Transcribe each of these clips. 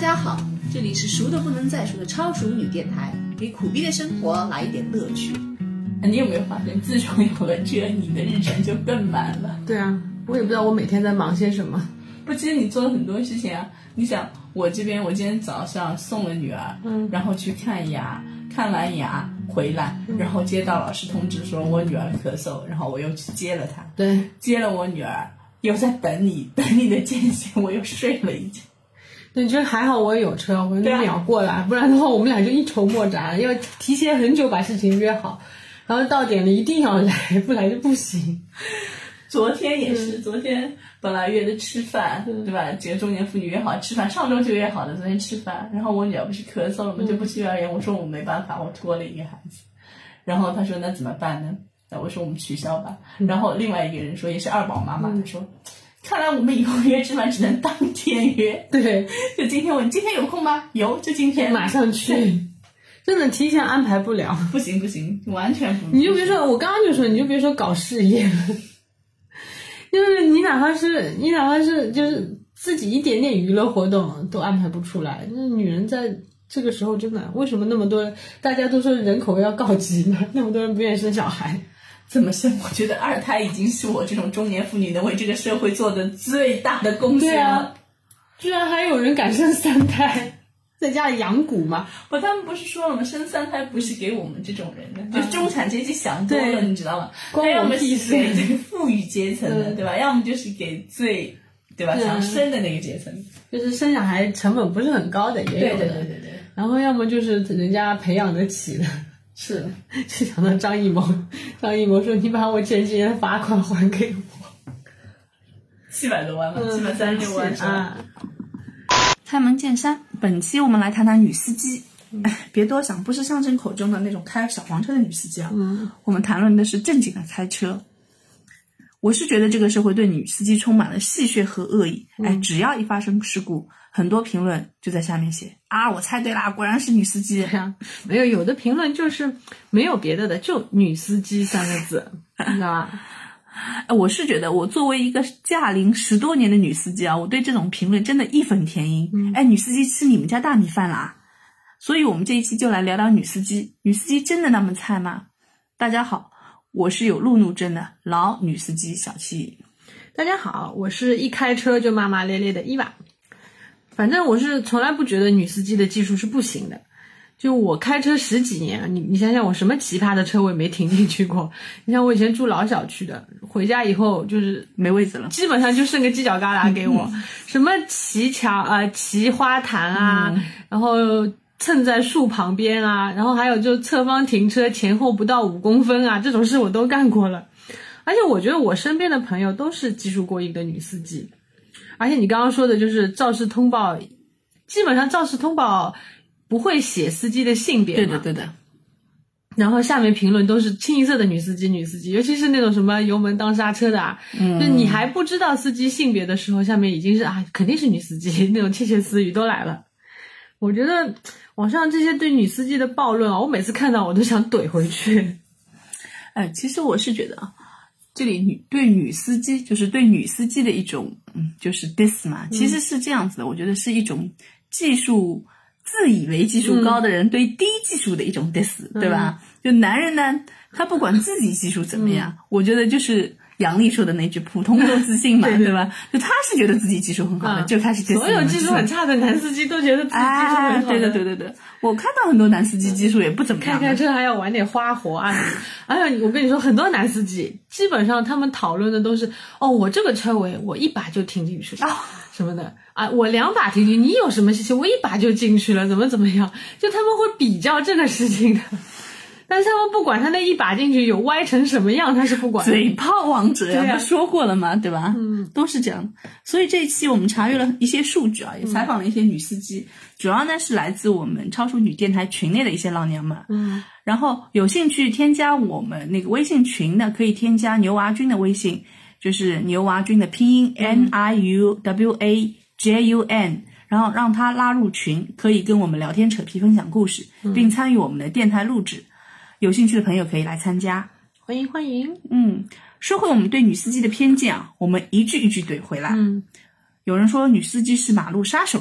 家好，这里是熟的不能再熟的超熟女电台，给苦逼的生活来一点乐趣。 你有没有发现，自从有了这，你的日程就更满了？ 对啊，我也不知道我每天在忙些什么。 不，其实你做了很多事情啊。你想，我这边我今天早上送了女儿，然后去看牙，看完牙回来，然后接到老师通知说我女儿咳嗽，然后我又去接了她。 对， 接了我女儿，又在等你的间隙，我又睡了一觉。 对，就是还好我有车，我就秒过来，不然的话我们俩就一筹莫展，因为提前很久把事情约好，然后到点了一定要来，不来就不行。 昨天也是，昨天本来约的吃饭，对吧？几个中年妇女约好吃饭，上周就约好的，昨天吃饭。然后我女儿不是咳嗽了吗？就不去幼儿园。我说我没办法，我拖了一个孩子。然后她说那怎么办呢？我说我们取消吧。然后另外一个人说也是二宝妈妈，她说看来我们以后约吃饭只能当天约。 对， 就今天问今天有空吗？有，就今天马上去。真的提前安排不了， 不行，完全不行。 你就别说，我刚刚就说，你就别说搞事业了。就是你哪怕是就是自己一点点娱乐活动都安排不出来，那女人在这个时候真的为什么那么多大家都说人口要告急呢？那么多人不愿意生小孩。 怎么生？我觉得二胎已经是我这种中年妇女能为这个社会做的最大的贡献了。 对啊，居然还有人敢生3胎，在家里养蛊嘛？ 不，他们不是说了吗？生3胎不是给我们这种人的，就是中产阶级想多了，你知道吗？他要么是给这个富裕阶层的，对吧？要么就是给最，对吧？想生的那个阶层， 就是生小孩成本不是很高的也有的，对。然后要么就是人家培养得起的。 是， 就想到张艺谋说：“你把我前几年的罚款还给我 ，700多万吧，736万是吧？” 开门见山，本期我们来谈谈女司机。别多想，不是上升口中的那种开小黄车的女司机啊。我们谈论的是正经的开车。我是觉得这个社会对女司机充满了戏谑和恶意。只要一发生事故，很多评论就在下面写啊，我猜对啦，果然是女司机。 没有的评论就是没有别的，就女司机3个字，你知道吧？ 我是觉得我作为一个驾龄10多年的女司机啊，我对这种评论真的义愤填膺。女司机吃你们家大米饭啦！所以我们这一期就来聊聊女司机。女司机真的那么菜吗？大家好，我是有路怒症的老女司机小七。 大家好，我是一开车就骂骂咧咧的伊娃。反正我是从来不觉得女司机的技术是不行的。就我开车10几年，你想想我什么奇葩的车位没停进去过。你像我以前住老小区的，回家以后就是没位子了， 基本上就剩个犄角旮旯给我。什么骑墙啊，骑花坛啊，然后蹭在树旁边啊，然后还有就侧方停车前后不到5公分啊，这种事我都干过了。而且我觉得我身边的朋友都是技术过硬的女司机。而且你刚刚说的就是肇事通报，基本上肇事通报不会写司机的性别嘛， 对的。 然后下面评论都是清一色的女司机，尤其是那种什么油门当刹车的啊，就你还不知道司机性别的时候，下面已经是肯定是女司机，那种窃窃私语都来了。我觉得网上这些对女司机的暴论啊，我每次看到我都想怼回去。 其实我是觉得这里对女司机就是对女司机的一种就是 diss 嘛，其实是这样子的，我觉得是一种技术自以为技术高的人对低技术的一种 diss，对吧？就男人呢，他不管自己技术怎么样，我觉得就是杨笠说的那句普通都自信嘛，对吧？就他是觉得自己技术很好的，就开始 diss。 所有技术很差的男司机都觉得自己技术很好的。 对，我看到很多男司机技术也不怎么样， 开车还要玩点花活啊。而且我跟你说，很多男司机基本上他们讨论的都是我这个车位我1把就停进去了什么的啊，我2把停进去，你有什么事情我1把就进去了，怎么样，就他们会比较这个事情的。但是他们不管他那1把进去有歪成什么样，他是不管的。 嘴炮王者呀，不说过了吗？对吧？都是这样。所以这一期我们查阅了一些数据啊，也采访了一些女司机，主要呢是来自我们超叔女电台群内的一些老娘们。然后有兴趣添加我们那个微信群的，可以添加牛娃君的微信，就是牛娃君的拼音NIUWAJUN，然后让他拉入群，可以跟我们聊天扯皮分享故事，并参与我们的电台录制。有兴趣的朋友可以来参加， 欢迎。 说回我们对女司机的偏见啊，我们一句一句怼回来。有人说女司机是马路杀手，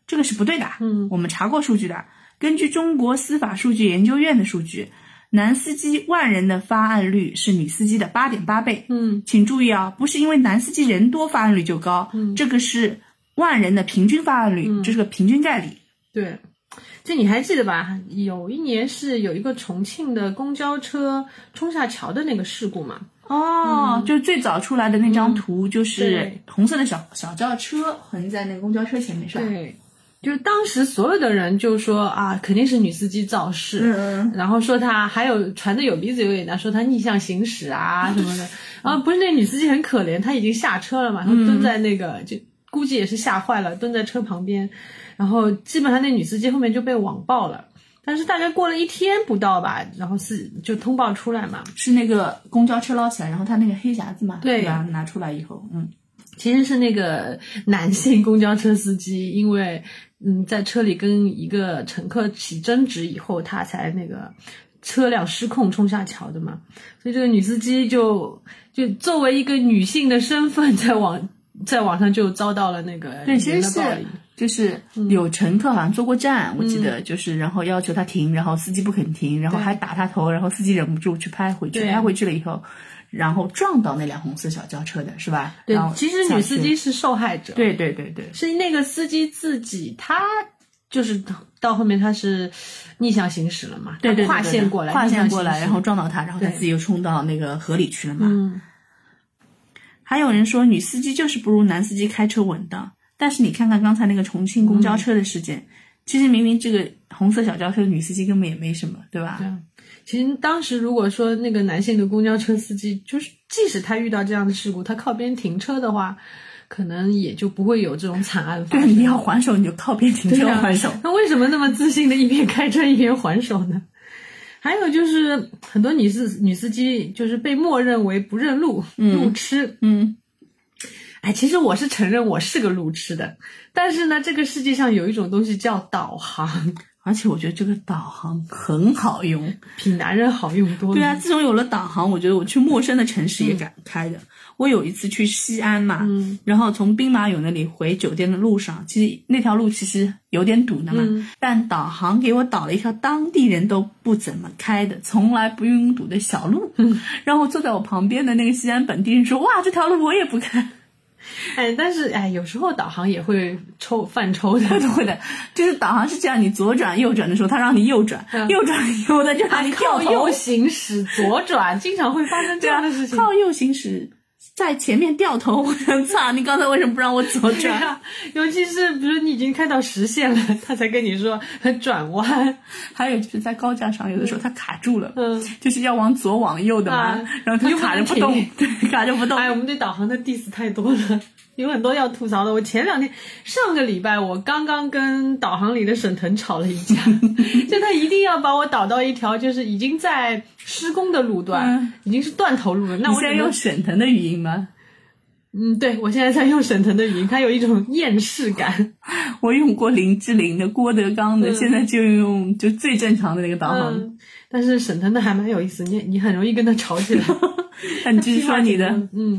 这个是不对的。我们查过数据的，根据中国司法数据研究院的数据，男司机万人的发案率是女司机的 8.8 倍。请注意啊，不是因为男司机人多发案率就高，这个是万人的平均发案率，这是个平均概率。 对，这你还记得吧？有一年是有一个重庆的公交车冲下桥的那个事故嘛。 就是最早出来的那张图，就是红色的小轿车横在那个公交车前面，是吧？ 对，就是当时所有的人就说啊，肯定是女司机肇事，然后说她还有传的有鼻子有眼的，说她逆向行驶啊什么的。然后不是那女司机很可怜，她已经下车了嘛，然后蹲在那个就估计也是吓坏了，蹲在车旁边，然后基本上那女司机后面就被网爆了。但是大概过了1天不到吧，然后就通报出来嘛， 是那个公交车捞起来，然后他那个黑匣子嘛， 对吧？拿出来以后， 其实是那个男性公交车司机，因为在车里跟一个乘客起争执以后，他才那个车辆失控冲下桥的嘛。所以这个女司机就作为一个女性的身份，在网上就遭到了那个对，其实是人的暴力。 就是有乘客好像坐过站，我记得就是然后要求他停，然后司机不肯停，然后还打他头，然后司机忍不住去拍回去，拍回去了以后，然后撞到那辆红色小轿车的是吧？ 对，其实女司机是受害者。 对， 是那个司机自己，他就是到后面他是逆向行驶了嘛， 对， 划线过来， 然后撞到他，然后他自己又冲到那个河里去了嘛。还有人说女司机就是不如男司机开车稳当。但是你看看刚才那个重庆公交车的事件，其实明明这个红色小轿车的女司机根本也没什么，对吧？ 对，其实当时如果说那个男性的公交车司机，就是即使他遇到这样的事故，他靠边停车的话，可能也就不会有这种惨案发生。 对，你要还手你就靠边停车还手。 那为什么那么自信的一边开车一边还手呢？还有就是很多女司机就是被默认为不认路，路痴。其实我是承认我是个路痴的，但是呢，这个世界上有一种东西叫导航， 而且我觉得这个导航很好用， 比男人好用多了。 对啊，自从有了导航，我觉得我去陌生的城市也敢开的。我有一次去西安嘛，然后从兵马俑那里回酒店的路上，其实那条路其实有点堵的嘛，但导航给我导了一条当地人都不怎么开的，从来不拥堵的小路。然后坐在我旁边的那个西安本地人说：“哇，这条路我也不开。” 但是有时候导航也会犯抽的。 会的，就是导航是这样，你左转右转的时候，它让你右转，右转以后它就让你掉头。 靠右行驶左转，经常会发生这样的事情。 靠右行驶，在前面掉头，我想操，你刚才为什么不让我左转？ 尤其是比如你已经开到实线了，他才跟你说转弯。 还有就是在高架上，有的时候它卡住了，就是要往左往右的嘛，然后它卡着不动，对，卡着不动。 我们对导航的 diss 太多了。有很多要吐槽的。我上个礼拜我刚刚跟导航里的沈腾吵了一架，就他一定要把我导到一条就是已经在施工的路段，已经是断头路了。那我现在用沈腾的语音吗？ 对，我现在在用沈腾的语音，它有一种厌世感。 我用过林志玲的、郭德纲的，现在就用就最正常的那个导航。 但是沈腾的还蛮有意思，你很容易跟他吵起来。 那你继续说你的。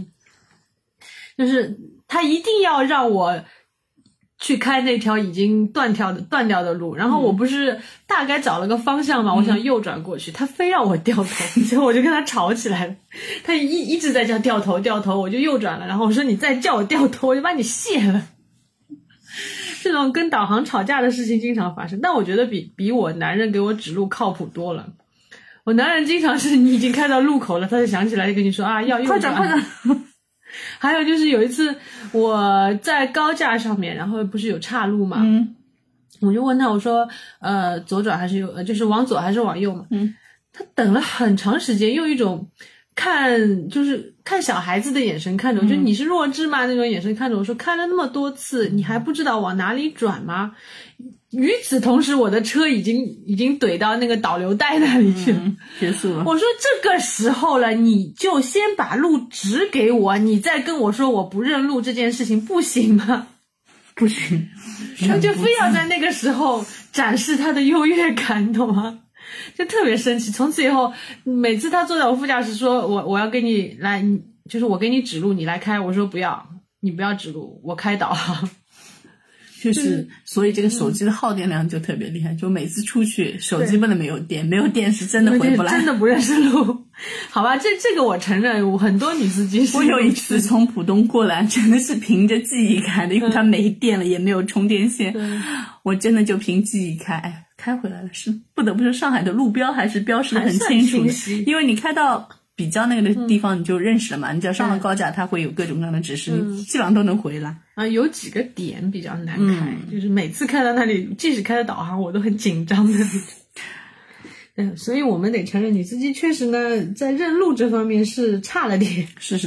就是他一定要让我去开那条已经断掉的路，然后我不是大概找了个方向嘛，我想右转过去，他非让我掉头，结果我就跟他吵起来了。他一直在叫掉头，我就右转了，然后我说你再叫我掉头，我就把你卸了。这种跟导航吵架的事情经常发生，但我觉得比我男人给我指路靠谱多了。我男人经常是你已经开到路口了，他就想起来就跟你说要右转，快转。还有就是有一次我在高架上面，然后不是有岔路嘛，我就问他，我说左转还是右，就是往左还是往右嘛，他等了很长时间，用一种就是看小孩子的眼神看着我，就你是弱智吗那种眼神看着我，说开了那么多次你还不知道往哪里转吗？与此同时我的车已经怼到那个导流带那里去了， 结束了。 我说这个时候了，你就先把路指给我，你再跟我说我不认路这件事情不行吗？ 不行， 他就非要在那个时候展示他的优越感，懂吗？就特别生气。从此以后每次他坐在我副驾驶说我要跟你来，就是我给你指路你来开，我说不要，你不要指路，我开导航。 就是所以这个手机的耗电量就特别厉害，就每次出去手机不能没有电，没有电是真的回不来， 真的不认识路。好吧，这个我承认，很多女司机是。 我有一次从浦东过来，真的是凭着记忆开的，因为它没电了，也没有充电线，我真的就凭记忆开，开回来了。是不得不说，上海的路标还是标识的很清楚的，因为你开到比较那个的地方你就认识了嘛，你只要上了高架，它会有各种各样的指示，你基本上都能回来。 有几个点比较难开，就是每次开到那里，即使开了导航，我都很紧张的。所以我们得承认，女司机确实呢，在认路这方面是差了点。 是。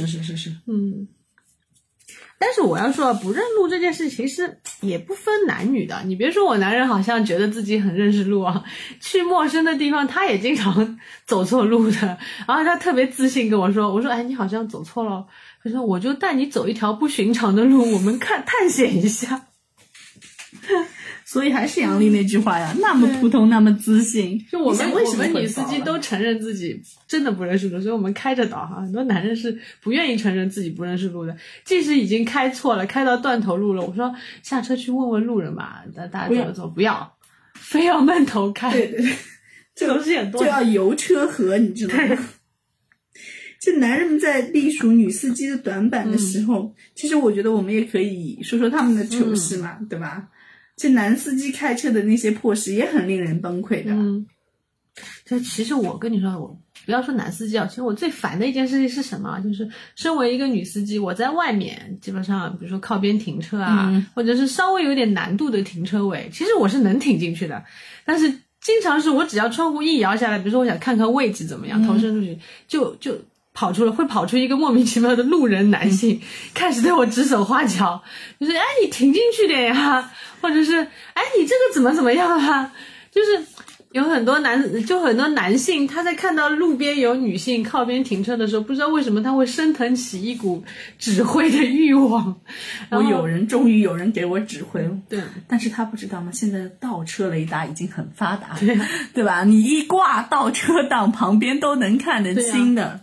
但是我要说，不认路这件事其实也不分男女的。你别说我男人好像觉得自己很认识路啊，去陌生的地方他也经常走错路的。然后他特别自信跟我说，哎，你好像走错了。他说我就带你走一条不寻常的路，我们探险一下。 所以还是杨笠那句话呀，那么普通，那么自信。 就我们女司机都承认自己真的不认识路，所以我们开着导航。很多男人是不愿意承认自己不认识路的，即使已经开错了，开到断头路了，我说下车去问问路人吧，大家怎么走？不要，非要闷头开。 对， 这都是很多就要油车河，你知道吗？这男人们在隶属女司机的短板的时候，其实我觉得我们也可以说说他们的糗事嘛，对吧？这男司机开车的那些破事也很令人崩溃的。 就其实我跟你说，我不要说男司机啊，其实我最烦的一件事情是什么？就是身为一个女司机，我在外面基本上，比如说靠边停车啊，或者是稍微有点难度的停车位，其实我是能停进去的，但是经常是我只要窗户一摇下来，比如说我想看看位置怎么样，头伸出去就会跑出一个莫名其妙的路人男性，开始对我指手画脚，就是哎你停进去点呀，或者是哎你这个怎么样啊，就是有很多男性他在看到路边有女性靠边停车的时候，不知道为什么他会升腾起一股指挥的欲望。 终于有人给我指挥了。 对， 但是他不知道吗？现在的倒车雷达已经很发达了，对吧？你一挂倒车档，旁边都能看得清的。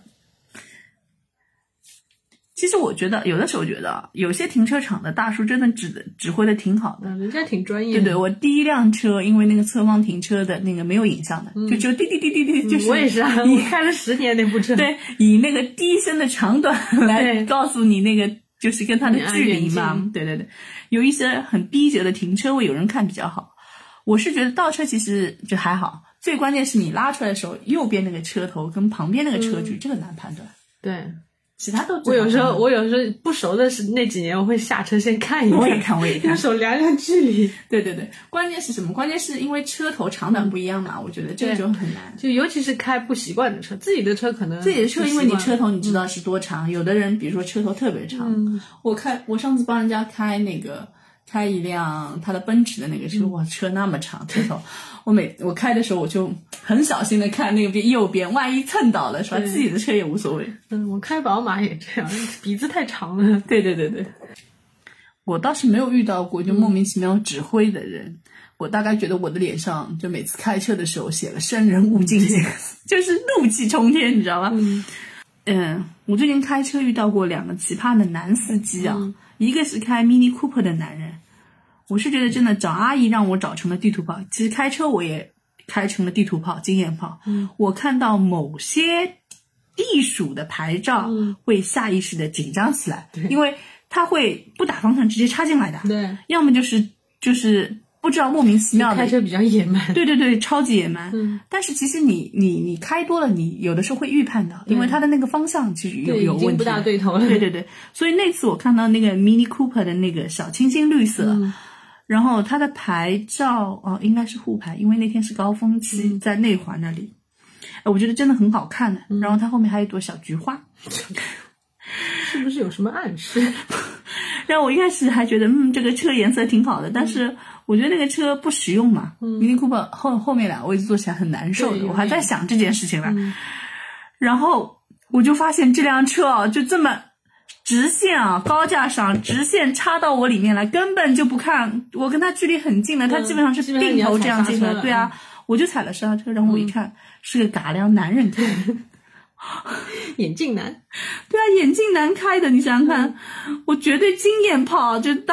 其实我觉得有的时候觉得有些停车场的大叔真的指挥的挺好的， 人家挺专业的。 对，我第一辆车因为那个侧方停车的那个没有影像的，就只有滴滴滴滴滴，就是我也是啊，我开了10年那部车。 对，以那个低声的长短来告诉你那个就是跟它的距离嘛。对，有一些很逼仄的停车位有人看比较好。我是觉得倒车其实就还好，最关键是你拉出来的时候，右边那个车头跟旁边那个车距，这个难判断。 对。 其他都我有时候不熟的是那几年我会下车先看一眼， 我也看用手量量距离。 对，关键是什么？关键是因为车头长短不一样嘛，我觉得这就很难。 就尤其是开不习惯的车，自己的车可能自己的车，因为你车头你知道是多长，有的人比如说车头特别长。我上次帮人家开一辆他的奔驰的那个车，哇，车那么长，车头。我开的时候我就很小心的看那个右边，万一蹭倒了是吧？自己的车也无所谓。 我开宝马也这样，鼻子太长了。 对，我倒是没有遇到过就莫名其妙指挥的人。我大概觉得我的脸上就每次开车的时候写了生人勿近，就是怒气冲天，你知道吗？我最近开车遇到过2个奇葩的男司机啊，一个是开 Mini Cooper 的男人。我是觉得真的找阿姨让我找成了地图炮，其实开车我也开成了地图炮、经验炮。我看到某些地属的牌照会下意识的紧张起来，因为他会不打方向直接插进来的， 对， 要么就是不知道莫名其妙的开车比较野蛮， 对，超级野蛮。但是其实你开多了，你有的时候会预判到，因为它的那个方向其实有问题， 不大对头了。 对，所以那次我看到那个 Mini Cooper 的那个小清新绿色。然后它的牌照应该是沪牌，因为那天是高峰期，在内环那里，我觉得真的很好看的。然后它后面还有一朵小菊花， 是不是有什么暗示？ 然后我一开始还觉得这个车颜色挺好的，但是我觉得那个车不实用嘛。Mini Cooper 后面2个位置坐起来很难受的，我还在想这件事情了。然后我就发现这辆车就这么直线高架上直线插到我里面来，根本就不看，我跟他距离很近了，他基本上是并头这样进来。对啊，我就踩了刹车，然后我一看是个嘎亮男人开的。 眼镜男。 对啊，眼镜男开的，你想想看，我绝对经验炮，就当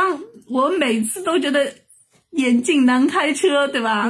我每次都觉得眼镜男开车，对吧？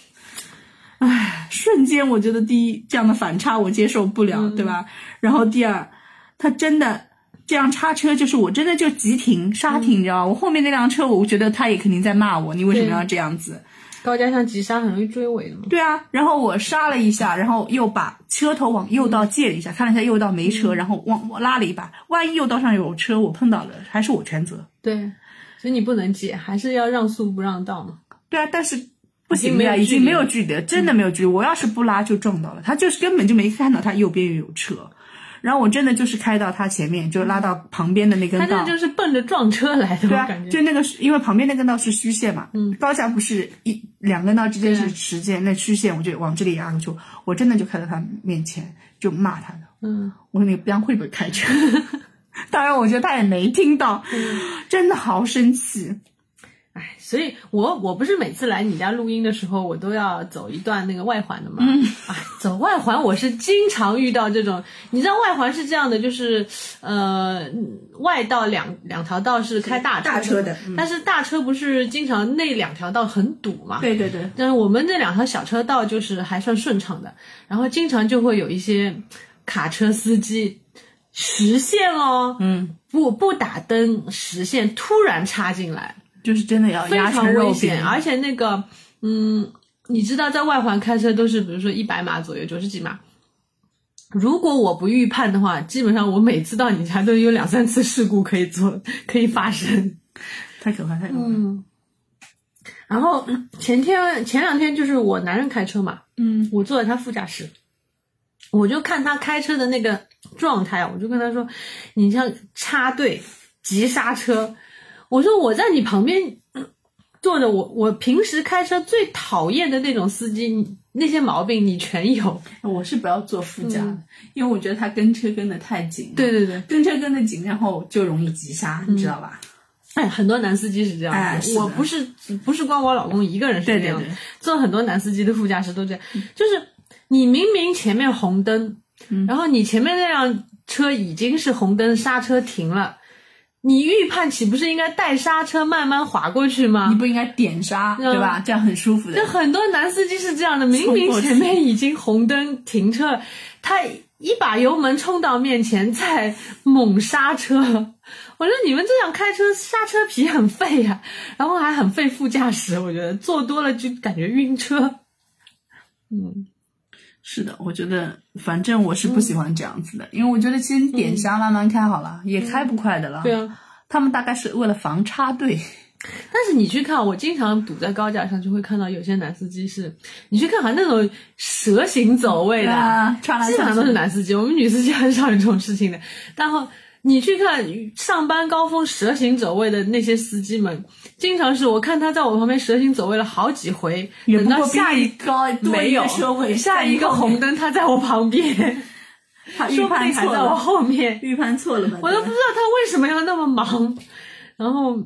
瞬间我觉得第一这样的反差我接受不了，对吧？然后第二，他真的这样插车，就是我真的就急停刹停，你知道吗？我后面那辆车，我觉得他也肯定在骂我，你为什么要这样子？ 高架上急刹很容易追尾的嘛。 对啊，然后我刹了一下，然后又把车头往右道借了一下，看了一下右道没车，然后我拉了一把，万一右道上有车我碰到了，还是我全责。 对，所以你不能借，还是要让速不让道嘛。 对啊，但是不行呀，已经没有距离了，真的没有距离。我要是不拉就撞到了，他就是根本就没看到他右边有车。然后我真的就是开到他前面，就拉到旁边的那根道， 他这就是奔着撞车来的， 对啊， 我感觉就那个因为旁边那根道是虚线嘛，高架不是两根道之间是实线，那虚线我就往这里压过去，我真的就开到他面前就骂他的，我说你不要会不会开车？当然我觉得他也没听到，真的好生气。 哎，所以我不是每次来你家录音的时候，我都要走一段那个外环的嘛。哎，走外环我是经常遇到这种，你知道外环是这样的，就是外道两条道是开大车的，但是大车不是经常那两条道很堵嘛？ 对对对。 但是我们这两条小车道就是还算顺畅的，然后经常就会有一些卡车司机实线哦，不打灯实线突然插进来。 就是真的要压成肉饼， 而且那个，你知道在外环开车都是比如说100码左右，90几码。如果我不预判的话，基本上我每次到你家都有2-3次事故可以发生， 太可怕，太可怕。 然后前2天就是我男人开车嘛，我坐在他副驾驶，我就看他开车的那个状态，我就跟他说，你像插队急刹车。我说我在你旁边坐着，我平时开车最讨厌的那种司机，那些毛病你全有。 我是不要坐副驾的，因为我觉得他跟车跟得太紧了。 对对对， 跟车跟得紧，然后就容易急刹，你知道吧？ 哎，很多男司机是这样的。 哎， 我不是光我老公一个人是这样的， 对， 坐很多男司机的副驾驶都这样，就是你明明前面红灯，然后你前面那辆车已经是红灯刹车停了。你预判岂不是应该带刹车慢慢滑过去吗？ 你不应该点刹，对吧？这样很舒服的。 就很多男司机是这样的，明明前面已经红灯停车，他一把油门冲到面前再猛刹车。我说你们这样开车刹车皮很废呀，然后还很费副驾驶，我觉得坐多了就感觉晕车。 是的，我觉得反正我是不喜欢这样子的，因为我觉得其实你点刹慢慢开好了，也开不快的了。 对啊， 他们大概是为了防插队。 但是你去看，我经常堵在高架上，就会看到有些男司机是，你去看好像那种蛇形走位的，基本上都是男司机，我们女司机很少有这种事情的。然后你去看上班高峰蛇形走位的那些司机们，经常是我看他在我旁边蛇形走位了好几回，等到下一个没有车位， 下一个红灯他在我旁边， 他预判还在我后面， 预判错了吧？ 我都不知道他为什么要那么忙。然后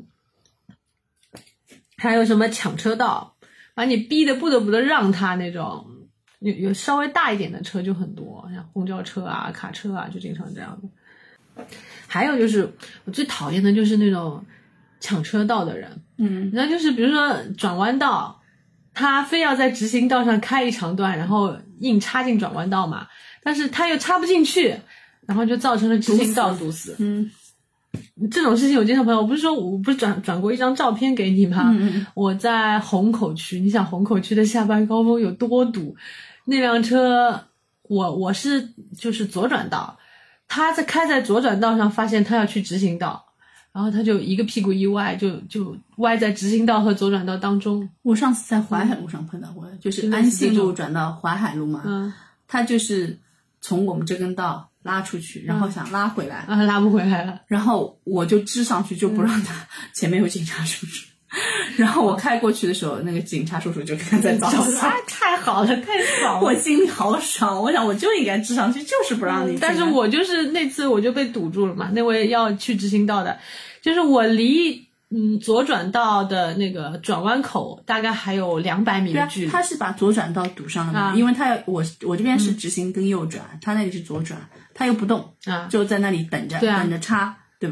还有什么抢车道，把你逼得不得不的让他那种，有稍微大一点的车就很多，像公交车啊、卡车啊，就经常这样的。还有就是我最讨厌的就是那种抢车道的人，然后就是比如说转弯道，他非要在直行道上开一长段，然后硬插进转弯道嘛，但是他又插不进去，然后就造成了直行道堵死。这种事情我经常碰到。我不是转过一张照片给你吗？我在虹口区，你想虹口区的下班高峰有多堵？那辆车我是就是左转道。他开在左转道上，发现他要去直行道，然后他就一个屁股一歪，就歪在直行道和左转道当中。 我上次在淮海路上碰到过，就是安信路转到淮海路嘛，他就是从我们这根道拉出去，然后想拉回来， 拉不回来了， 然后我就支上去，就不让他，前面有警察叔叔。然后我开过去的时候，那个警察叔叔就看在早上， 太好了，太爽了， 我心里好爽。我想我就应该支上去，就是不让你。 但是我就是那次我就被堵住了嘛，那位要去直行道的，就是我离左转道的那个转弯口大概还有200米的距离。 他是把左转道堵上了嘛？因为他我这边是直行跟右转，他那里是左转，他又不动就在那里等着插，对吧啦？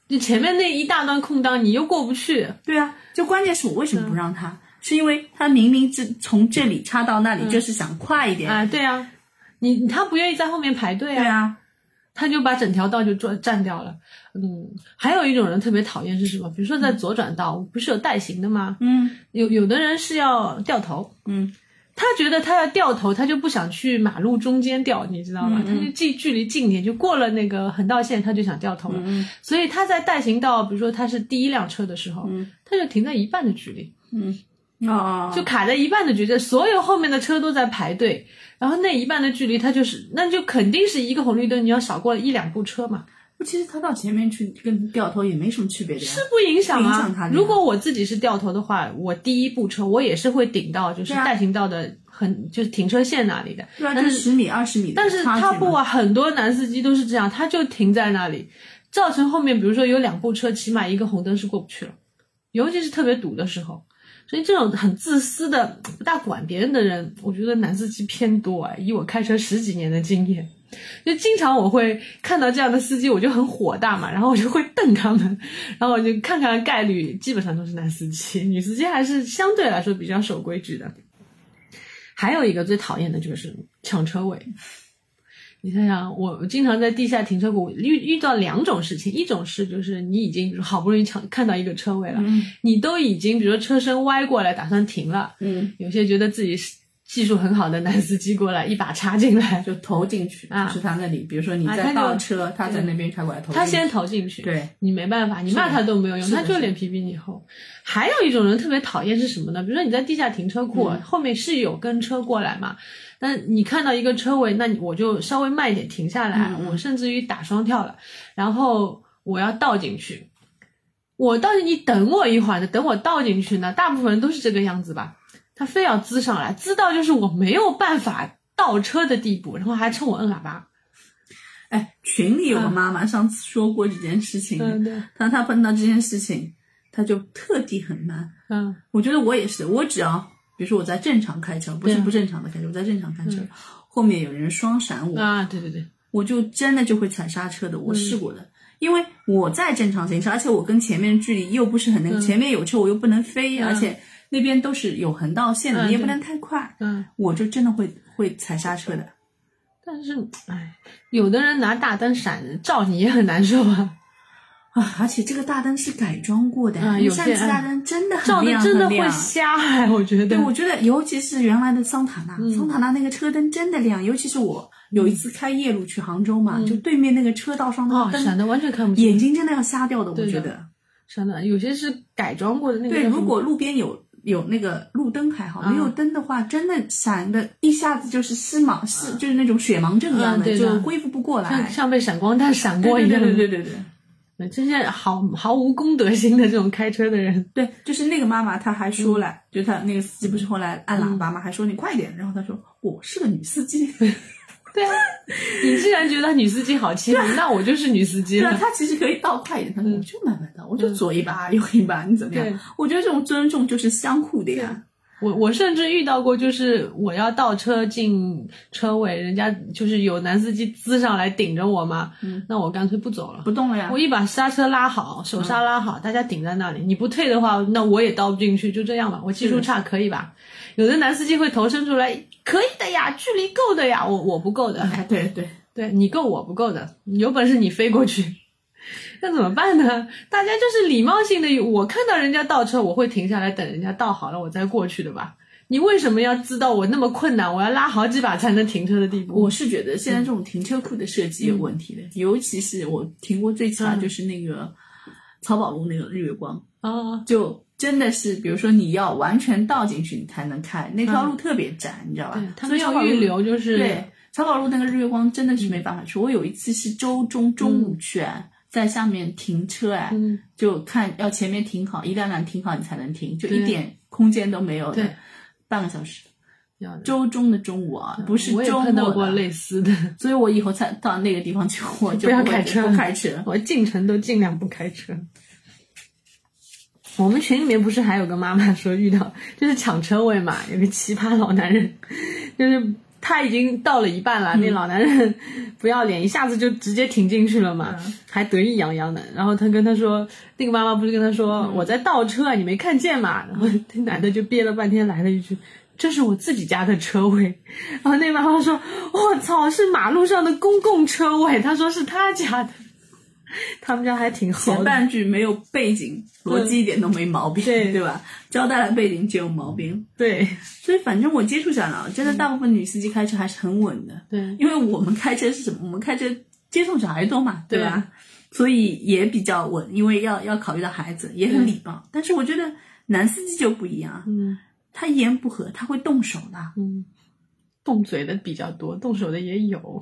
你前面那一大段空档你又过不去。 对啊，就关键是我为什么不让他？是因为他明明从这里插到那里，就是想快一点啊，对啊，他不愿意在后面排队啊。 对啊， 他就把整条道就占掉了。还有一种人特别讨厌是什么？比如说在左转道，不是有带行的吗？有的人是要掉头。他觉得他要掉头，他就不想去马路中间掉，你知道吗？他就距离近点，就过了那个横道线，他就想掉头了。所以他在带行道，比如说他是第一辆车的时候，他就停在一半的距离。就卡在一半的距离，所有后面的车都在排队，然后那一半的距离，那就肯定是一个红绿灯，你要少过了1-2部车嘛。 其实他到前面去跟掉头也没什么区别的呀， 是不影响啊。 不影响他的。 如果我自己是掉头的话，我第一部车我也是会顶到就是带行道的就是停车线那里的。 对啊，就10米20米的差距嘛。 但是他不啊，很多男司机都是这样，他就停在那里，造成后面比如说有2部车，起码一个红灯是过不去了，尤其是特别堵的时候。所以这种很自私的不大管别人的人，我觉得男司机偏多以我开车10几年的经验，就经常我会看到这样的司机，我就很火大嘛，然后我就会瞪他们，然后我就看看概率，基本上都是男司机，女司机还是相对来说比较守规矩的。还有一个最讨厌的就是抢车位。你想想，我经常在地下停车库遇到2种事情，一种是就是你已经好不容易看到一个车位了，你都已经比如说车身歪过来打算停了，有些觉得自己技术很好的男司机过来一把插进来就投进去，就是他那里，比如说你在倒车，他在那边开过来投进去， 他先投进去， 对， 你没办法，你骂他都没有用，他就脸皮比你厚。还有一种人特别讨厌是什么呢？比如说你在地下停车库，后面是有跟车过来嘛，但你看到一个车位，那我就稍微慢一点停下来，我甚至于打双跳了，然后我要倒进去，我倒进去，你等我一会儿，等我倒进去呢，大部分人都是这个样子吧，他非要滋上来，滋到就是我没有办法倒车的地步，然后还冲我摁喇叭。 群里有个妈妈上次说过这件事情，她碰到这件事情，她就特地很慢。我觉得我也是，我只要比如说我在正常开车，不是不正常的开车，我在正常开车，后面有人双闪我啊，对对对， 我就真的就会踩刹车的，我试过的。因为我在正常行车，而且我跟前面的距离又不是很那个，前面有车我又不能飞，而且那边都是有横道线的，你也不能太快，我就真的会踩刹车的。 但是有的人拿大灯闪照你也很难受啊。 而且这个大灯是改装过的， 有些上次大灯真的很亮， 照的真的会瞎我觉得。 对，我觉得尤其是原来的桑塔纳，桑塔纳那个车灯真的亮，尤其是我有一次开夜路去杭州嘛，就对面那个车道上的灯闪的完全看不清， 眼睛真的要瞎掉的，我觉得。 闪的有些是改装过的那个。 对，如果路边有那个路灯还好，没有灯的话，真的闪的一下子就是就是那种血盲症一样的，就恢复不过来， 像被闪光弹闪过一样。 对， 这些毫无公德心的这种开车的人。 对，就是那个妈妈她还说了，就她那个司机不是后来按喇叭嘛，还说你快点，然后她说我是个女司机。 对啊，你既然觉得女司机好欺负，那我就是女司机了。 对啊，她其实可以倒快一点，她说我就慢慢倒，我就左一把右一把，你怎么样？我觉得这种尊重就是相互的呀。 我甚至遇到过，就是我要倒车进车位，人家就是有男司机滋上来顶着我嘛，那我干脆不走了， 不动了呀。 我一把刹车拉好，手刹拉好，大家顶在那里，你不退的话，那我也倒不进去，就这样吧。我技术差可以吧？有的男司机会头伸出来，可以的呀，距离够的呀，我不够的。对，你够我不够的，有本事你飞过去。那怎么办呢？大家就是礼貌性的，我看到人家倒车，我会停下来等人家倒好了我再过去的吧。你为什么要知道我那么困难，我要拉好几把才能停车的地步？ 我是觉得现在这种停车库的设计有问题的，尤其是我停过最差就是那个漕宝路那个日月光就真的是比如说你要完全倒进去你才能开，那条路特别窄，你知道吧？ 他们要预留，就是对漕宝路那个日月光真的是没办法去。我有一次是中午去在下面停车就看要前面停好，一辆辆停好你才能停，就一点空间都没有的，半个小时。周中的中午不是周末的。我也碰到过类似的， 所以我以后才到那个地方去，我就不要开车，我进城都尽量不开车。我们群里面不是还有个妈妈说遇到就是抢车位嘛，有个奇葩老男人，就是他已经到了一半了，那老男人不要脸，一下子就直接挺进去了嘛，还得意洋洋的。然后他跟他说，那个妈妈不是跟他说，我在倒车，你没看见嘛？然后那男的就憋了半天来了一句，这是我自己家的车位。然后那妈妈说，我操，是马路上的公共车位。他说是他家的。他们家还挺好的， 前半句没有背景，逻辑一点都没毛病，对吧？交代了背景就有毛病， 对。 所以反正我接触下来，真的大部分女司机开车还是很稳的， 对， 因为我们开车是什么？我们开车接送小孩多嘛，对吧？所以也比较稳，因为要考虑到孩子，也很礼貌。但是我觉得男司机就不一样，他一言不合他会动手的， 动嘴的比较多，动手的也有。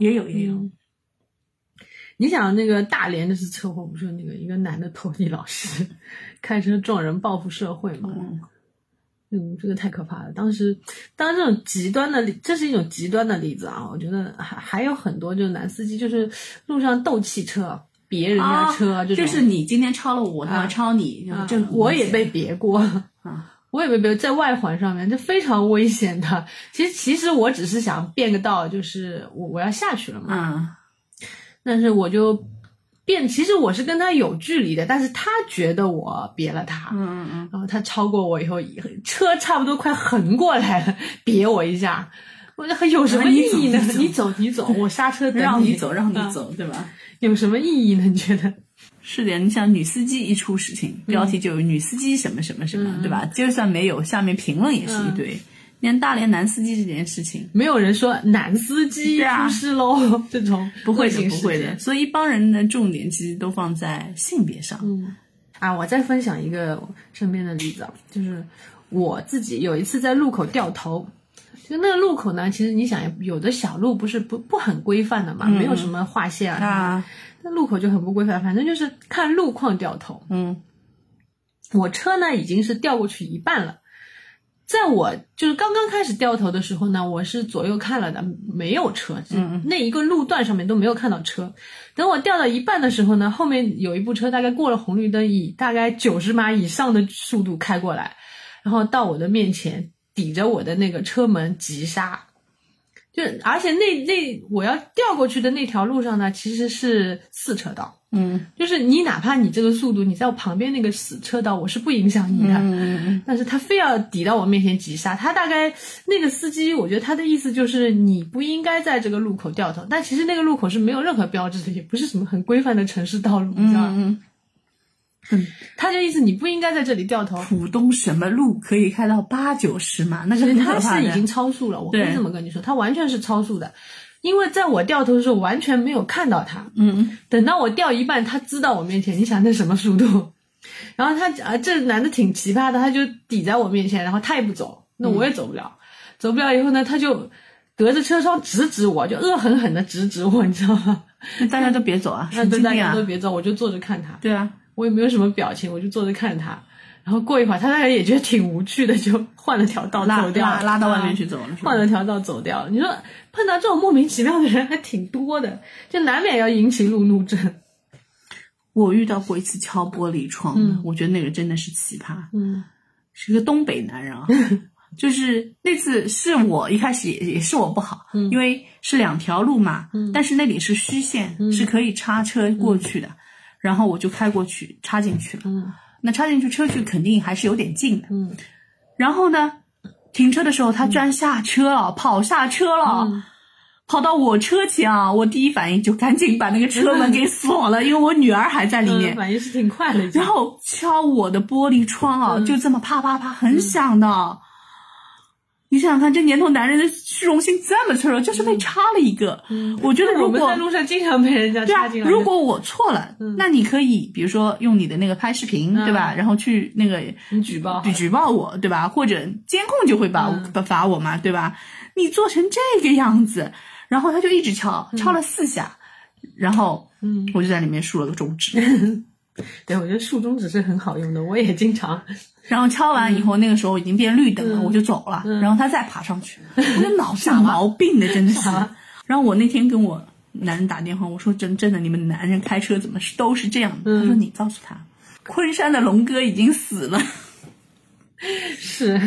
你想那个大连的是车祸，不是那个一个男的投递老师开车撞人报复社会嘛？这个太可怕了。当然这种极端的，这是一种极端的例子啊。我觉得还有很多，就是男司机就是路上斗汽车，别人家车，这种就是你今天超了我，他要超你， 我也被别过我也被别在外环上面，这非常危险的。其实我只是想变个道，就是我要下去了嘛。但是我就其实我是跟他有距离的，但是他觉得我别了他，然后他超过我以后，车差不多快横过来了，别我一下，我这有什么意义呢？你走，我刹车等你， 让你走，对吧？ 有什么意义呢？你觉得？ 是的，你想女司机一出事情，标题就有女司机什么什么什么，对吧？就算没有，下面评论也是一堆。连大连男司机这件事情， 没有人说男司机出事喽，这种不会的。所以一帮人的重点其实都放在性别上。 我再分享一个身边的例子，就是我自己有一次在路口掉头，就那个路口呢，其实你想有的小路不是不很规范的嘛，没有什么划线那路口就很不规范，反正就是看路况掉头。我车呢已经是掉过去一半了。在我就是刚刚开始掉头的时候呢，我是左右看了的，没有车，那一个路段上面都没有看到车。等我掉到一半的时候呢，后面有一部车大概过了红绿灯，以大概90码以上的速度开过来，然后到我的面前抵着我的那个车门急刹。而且我要掉过去的那条路上呢，其实是4车道。就是你哪怕你这个速度，你在我旁边那个死车道，我是不影响你的。但是他非要抵到我面前急刹，他大概那个司机，我觉得他的意思就是你不应该在这个路口掉头，但其实那个路口是没有任何标志的，也不是什么很规范的城市道路，你知道吗？他就意思你不应该在这里掉头。 浦东什么路可以开到80-90码？那是很可怕的。 他是已经超速了，我可以这么跟你说，他完全是超速的。因为在我掉头的时候完全没有看到他，等到我掉一半，他滋到我面前，你想那什么速度？然后他这男的挺奇葩的，他就抵在我面前，然后他也不走，那我也走不了，走不了以后呢，他就隔着车窗指我，就恶狠狠的指我，你知道吗？ 大家都别走啊， 大家都别走，我就坐着看他。 对啊， 我也没有什么表情，我就坐着看他。然后过一会儿，他大概也觉得挺无趣的，就换了条道走掉， 拉到外面去走了， 换了条道走掉了。你说碰到这种莫名其妙的人还挺多的，就难免要引起路怒症。 我遇到过一次敲玻璃窗的，我觉得那个真的是奇葩。是个东北男人啊，就是那次是我一开始也是我不好，因为是2条路嘛，但是那里是虚线，是可以插车过去的，然后我就开过去插进去了。那插进去车距肯定还是有点近的，然后呢，停车的时候他居然下车了，跑下车了，跑到我车前啊！我第一反应就赶紧把那个车门给锁了，因为我女儿还在里面。 反应是挺快的。 然后敲我的玻璃窗啊，就这么啪啪啪，很响的。你想想看，这年头男人的虚荣心这么脆弱，就是被插了一个。我觉得如果我们在路上经常被人家插进来。 如果我错了，那你可以比如说用你的那个拍视频，对吧？然后去那个举报我，对吧？或者监控就会罚我嘛，对吧？你做成这个样子，然后他就一直敲了4下，然后我就在里面竖了个中指。 对，我觉得竖中指是很好用的，我也经常。 然后敲完以后，那个时候已经变绿灯了，我就走了。然后他再爬上去，我的脑子有毛病的，真的是。然后我那天跟我男人打电话，我说真的，你们男人开车怎么都是这样的？他说你告诉他，昆山的龙哥已经死了。 是，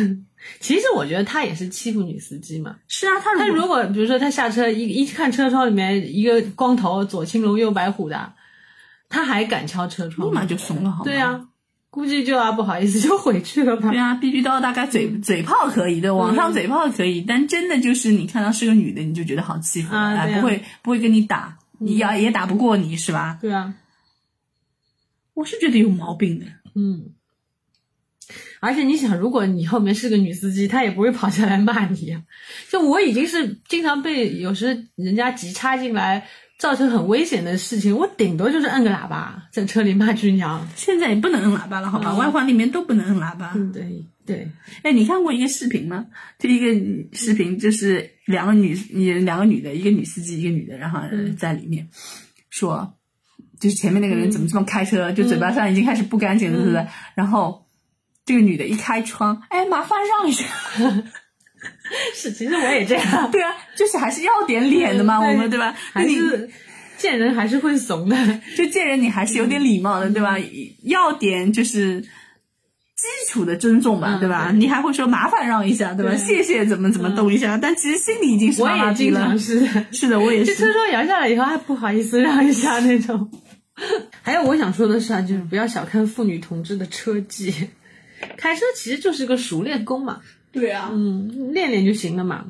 其实我觉得他也是欺负女司机嘛。 是啊，他如果比如说他下车一看车窗里面一个光头左青龙右白虎的，他还敢敲车窗， 立马就怂了，好吗？ 对啊，估计就不好意思就回去了吧。 对啊，必须刀大概嘴炮可以，对，网上嘴炮可以，但真的就是你看到是个女的，你就觉得好欺负，不会跟你打，你也打不过你，是吧？ 对啊， 我是觉得有毛病的。 而且你想，如果你后面是个女司机，她也不会跑下来骂你啊。就我已经是经常被有时人家急插进来造成很危险的事情，我顶多就是摁个喇叭在车里骂句娘。 现在也不能摁喇叭了，好吧？外环里面都不能摁喇叭。 对。 哎，你看过一个视频吗？就一个视频，就是两个女的，一个女司机，一个女的，然后在里面说，就是前面那个人怎么这么开车，就嘴巴上已经开始不干净了，对不对？然后这个女的一开窗，哎，麻烦让一下。 是，其实我也这样。 对啊，就是还是要点脸的嘛，我们对吧？ 还是见人还是会怂的， 就见人你还是有点礼貌的，对吧？要点就是基础的尊重吧，对吧？你还会说麻烦让一下，对吧？谢谢怎么动一下，但其实心里已经是麻麻逼了。 我也经常是的，我也是。 这车窗摇下来以后还不好意思让一下那种。还有我想说的是啊，就是不要小看妇女同志的车技，开车其实就是个熟练工嘛。 对啊， 练练就行了嘛。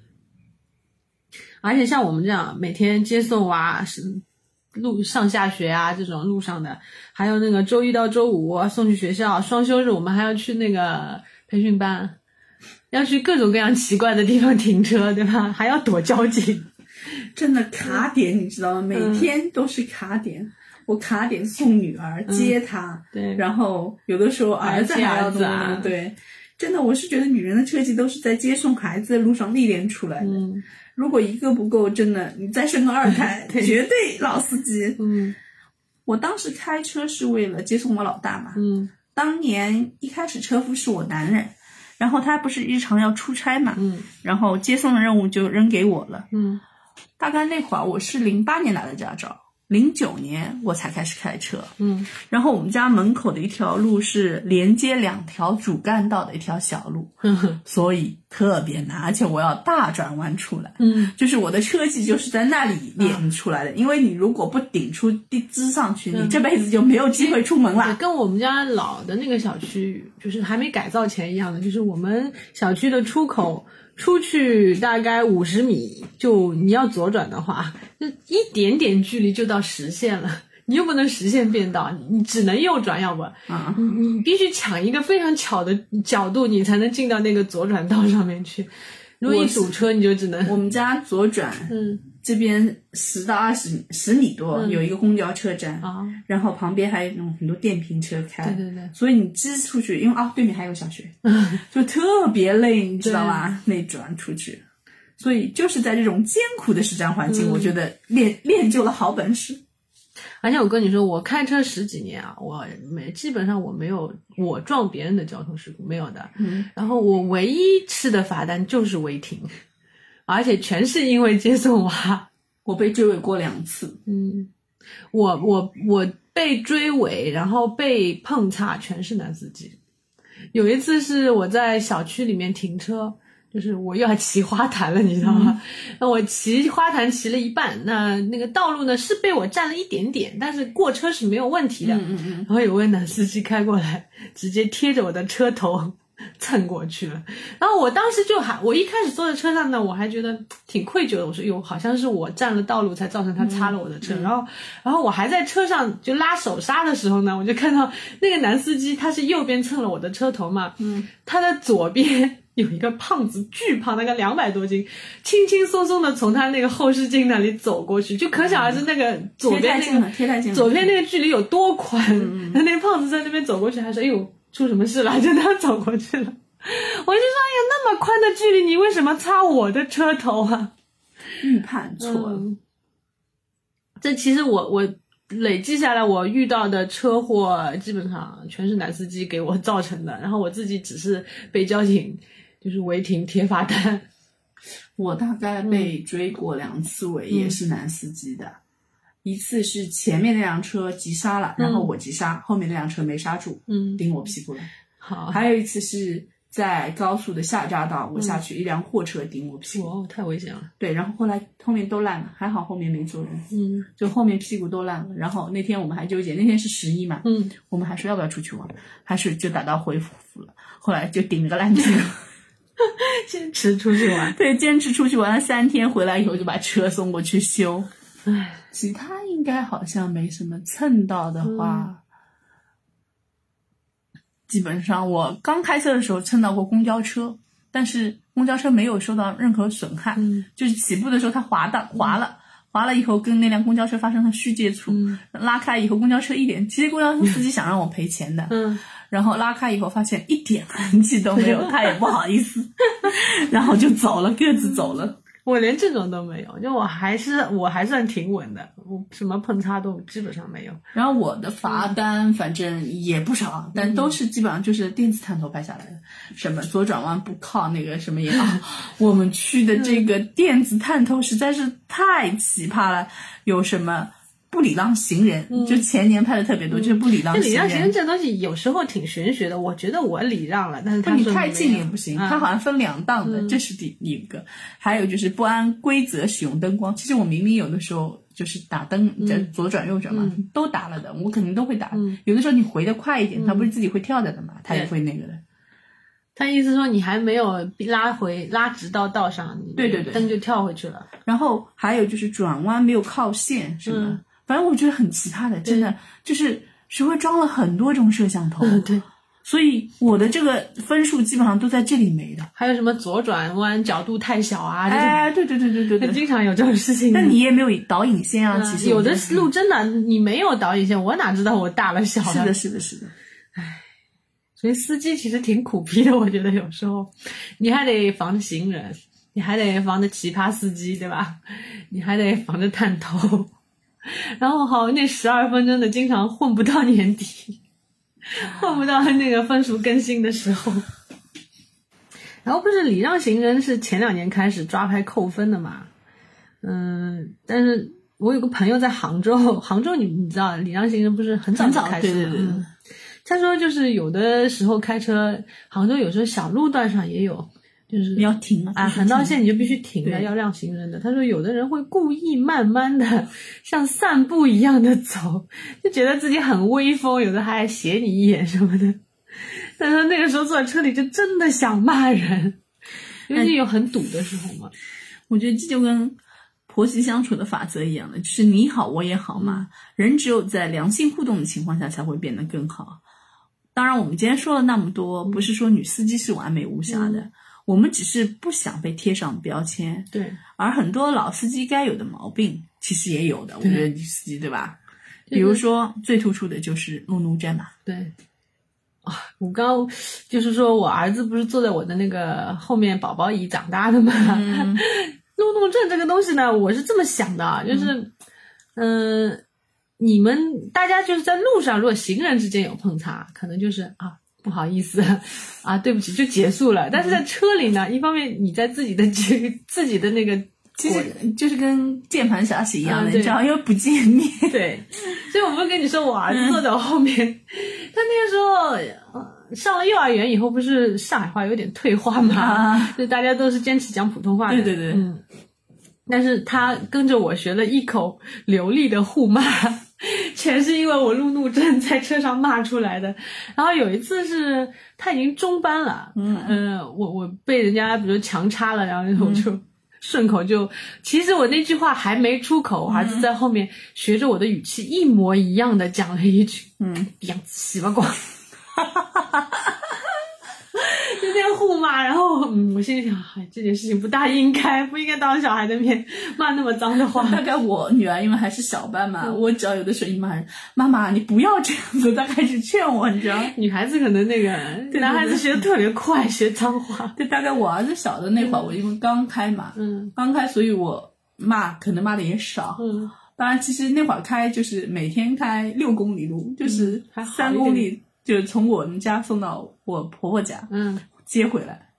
而且像我们这样每天接送啊，路上下学啊这种路上的，还有那个周一到周五送去学校，双休日我们还要去那个培训班，要去各种各样奇怪的地方停车，对吧？还要躲交警， 真的卡点，你知道吗？每天都是卡点。我卡点送女儿接她， 对， 然后有的时候儿子还要动，对。真的，我是觉得女人的车技都是在接送孩子的路上历练出来的。如果一个不够，真的你再生个二胎，绝对老司机。我当时开车是为了接送我老大嘛。当年一开始车夫是我男人，然后他不是日常要出差嘛。然后接送的任务就扔给我了。大概那会儿我是08年拿的驾照。09年我才开始开车，然后我们家门口的一条路是连接2条主干道的一条小路，所以特别难，而且我要大转弯出来，就是我的车技就是在那里练出来的，因为你如果不顶出地支上去，你这辈子就没有机会出门了。 跟我们家老的那个小区就是还没改造前一样的，就是我们小区的出口出去大概50米，就你要左转的话，就一点点距离就到实线了，你又不能实线变道，你只能右转，要不你必须抢一个非常巧的角度，你才能进到那个左转道上面去。如果一堵车，你就只能我们家左转，这边10到10米多有一个公交车站，然后旁边还有那种很多电瓶车开， 对， 所以你支出去，因为对面还有个小学，就特别累，你知道吧？内转出去，所以就是在这种艰苦的实战环境，我觉得练就了好本事。 而且我跟你说，我开车10几年啊，基本上我没有我撞别人的交通事故没有的。然后我唯一吃的罚单就是违停，而且全是因为接送娃。 我被追尾过2次。 我被追尾，然后被碰擦，全是男司机。有一次是我在小区里面停车。就是我又要骑花坛了，你知道吗？那我骑花坛骑了一半，那个道路呢是被我占了一点点，但是过车是没有问题的。然后有位男司机开过来，直接贴着我的车头蹭过去了。然后我当时我一开始坐在车上呢，我还觉得挺愧疚的，我说好像是我占了道路才造成他擦了我的车。然后我还在车上就拉手刹的时候呢，我就看到那个男司机他是右边蹭了我的车头嘛，他的左边有一个胖子，巨胖，那个200多斤，轻轻松松的从他那个后视镜那里走过去，就可想而知那个左边那个左边那个距离有多宽。那个胖子在那边走过去，还说：“哎呦，出什么事了？”就那样走过去了。我就说：“哎呀，那么宽的距离，你为什么擦我的车头啊？” 预判错了。 这其实我累计下来，我遇到的车祸基本上全是男司机给我造成的，然后我自己只是被交警就是违停贴罚单。 我大概被追过2次尾，也是男司机的。一次是前面那辆车急刹了，然后我急刹，后面那辆车没刹住，顶我屁股了。 好， 还有一次是在高速的下匝道，我下去，一辆货车顶我屁股， 哇，太危险了。 对，然后后面都烂了，还好后面没坐人，就后面屁股都烂了。然后那天我们还纠结，那天是11嘛，我们还说要不要出去玩，还是就打道回府了。后来就顶了个烂屁股， 坚持出去玩。 对，坚持出去玩了3天，回来以后就把车送过去修。 唉， 其他应该好像没什么，蹭到的话。基本上我刚开车的时候蹭到过公交车，但是公交车没有受到任何损害，就是起步的时候它滑了以后跟那辆公交车发生了虚接触，拉开以后公交车其实公交车司机想让我赔钱的，然后拉开以后发现一点痕迹都没有，他也不好意思，然后就走了，各自走了。 我连这种都没有，就我还算挺稳的，我什么碰擦都基本上没有。 然后我的罚单反正也不少，但都是基本上就是电子探头拍下来的，什么左转弯不靠那个什么也好。我们区的这个电子探头实在是太奇葩了，有什么不礼让行人，就前年拍的特别多，就是不礼让行人。 礼让行人这东西有时候挺玄学的，我觉得我礼让了，但是他你太近也不行，它好像分2档的，这是一个。还有就是不按规则使用灯光，其实我明明有的时候就是打灯，左转右转嘛，都打了的，我肯定都会打。有的时候你回得快一点，它不是自己会跳的嘛，它也会那个的。 他意思说你还没有拉直到道上， 对， 灯就跳回去了。 然后还有就是转弯没有靠线什么。反正我觉得很奇葩的，真的就是学会装了很多种摄像头， 对， 所以我的这个分数基本上都在这里没的。 还有什么左转弯角度太小啊？ 对， 经常有这种事情。 但你也没有导引线啊，其实有的路真的你没有导引线，我哪知道我大了小了？ 是的。 唉，所以司机其实挺苦逼的，我觉得有时候你还得防着行人，你还得防着奇葩司机，对吧？你还得防着探头。然后好，那12分真的经常混不到年底，混不到那个分数更新的时候。然后不是礼让行人是前2年开始抓拍扣分的嘛？但是我有个朋友在杭州你知道礼让行人不是很早就开始吗？对。他说就是有的时候开车，杭州有时候小路段上也有。就是你要停啊，横道线你就必须停了，要让行人的。他说有的人会故意慢慢的像散步一样的走，就觉得自己很威风，有的还斜你一眼什么的。但是那个时候坐在车里就真的想骂人，因为有很堵的时候嘛。 我觉得这就跟婆媳相处的法则一样的，就是你好我也好嘛，人只有在良性互动的情况下才会变得更好。当然我们今天说了那么多，不是说女司机是完美无瑕的，我们只是不想被贴上标签。 对， 而很多老司机该有的毛病其实也有的，我觉得女司机对吧？比如说最突出的就是路怒症嘛。 对啊，我刚就是说我儿子不是坐在我的那个后面宝宝椅长大的嘛。路怒症这个东西呢，我是这么想的，就是你们大家就是在路上，如果行人之间有碰擦，可能就是啊不好意思啊，对不起就结束了。但是在车里呢，一方面你在自己的那个， 其实就是跟键盘侠是一样的，你知道，因为不见面。 对，所以我不跟你说，我儿子坐在我后面，他那个时候上了幼儿园以后，不是上海话有点退化嘛，就大家都是坚持讲普通话的。 对。 但是他跟着我学了一口流利的互骂，全是因为我路怒症在车上骂出来的。然后有一次是他已经中班了，我被人家比如强插了，然后我就顺口就，其实我那句话还没出口，我儿子在后面学着我的语气一模一样的讲了一句，样子洗吧光。就这样互骂，然后我心里想，这件事情不应该当着小孩的面骂那么脏的话。 大概我女儿因为还是小班嘛，我只要有的时候一骂人，妈妈你不要这样子，她开始劝我，你知道。女孩子可能那个，男孩子学得特别快，学脏话。对，大概我儿子小的那会儿，我因为刚开嘛，刚开，所以我可能骂的也少。当然，其实那会儿开就是每天开6公里路，就是3公里。就是从我们家送到我婆婆家，接回来，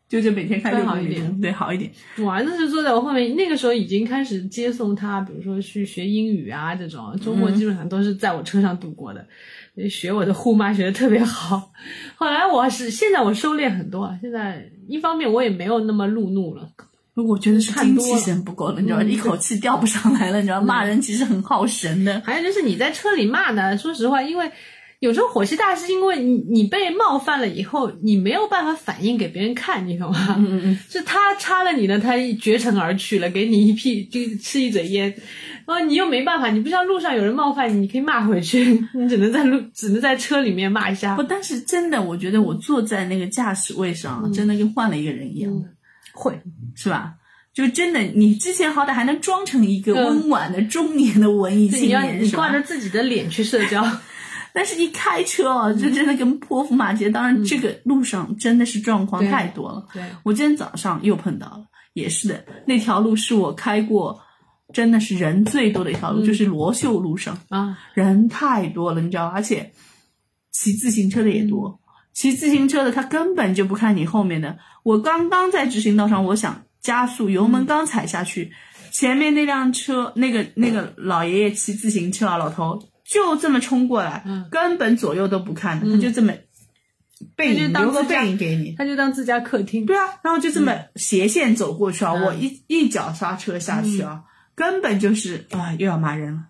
就每天开6 好一点公里，对，好一点。 我儿子是坐在我后面，那个时候已经开始接送他，比如说去学英语啊这种，周末基本上都是在我车上度过的，学我的护妈学的特别好。后来现在我收敛很多，现在一方面我也没有那么路怒了。 我觉得是精气神不够了，你知道吗？一口气吊不上来了，你知道吗？骂人其实很耗神的。 还有就是你在车里骂呢，说实话，因为有时候火气大是因为你被冒犯了以后，你没有办法反应给别人看，你懂吗？就他插了你呢，他绝尘而去了，给你就吃一嘴烟，然后你又没办法，你不像路上有人冒犯你，你可以骂回去，你只能在车里面骂一下。 不，但是真的，我觉得我坐在那个驾驶位上，真的跟换了一个人一样的。 会是吧？就真的，你之前好歹还能装成一个温婉的中年的文艺青年， 你挂着自己的脸去社交， 但是一开车哦，就真的跟泼妇骂街。当然，这个路上真的是状况太多了。 对， 我今天早上又碰到了，也是的，那条路是我开过真的是人最多的一条路，就是罗秀路上啊， 人太多了，你知道，而且骑自行车的也多。骑自行车的他根本就不看你后面的。我刚刚在直行道上，我想加速，油门刚踩下去，前面那辆车那个老爷爷骑自行车啊，老头就这么冲过来，根本左右都不看的，他就这么背影留个背影给你， 他就当自家客厅。 对啊，然后就这么斜线走过去啊，我一脚刹车下去啊，根本就是又要骂人了。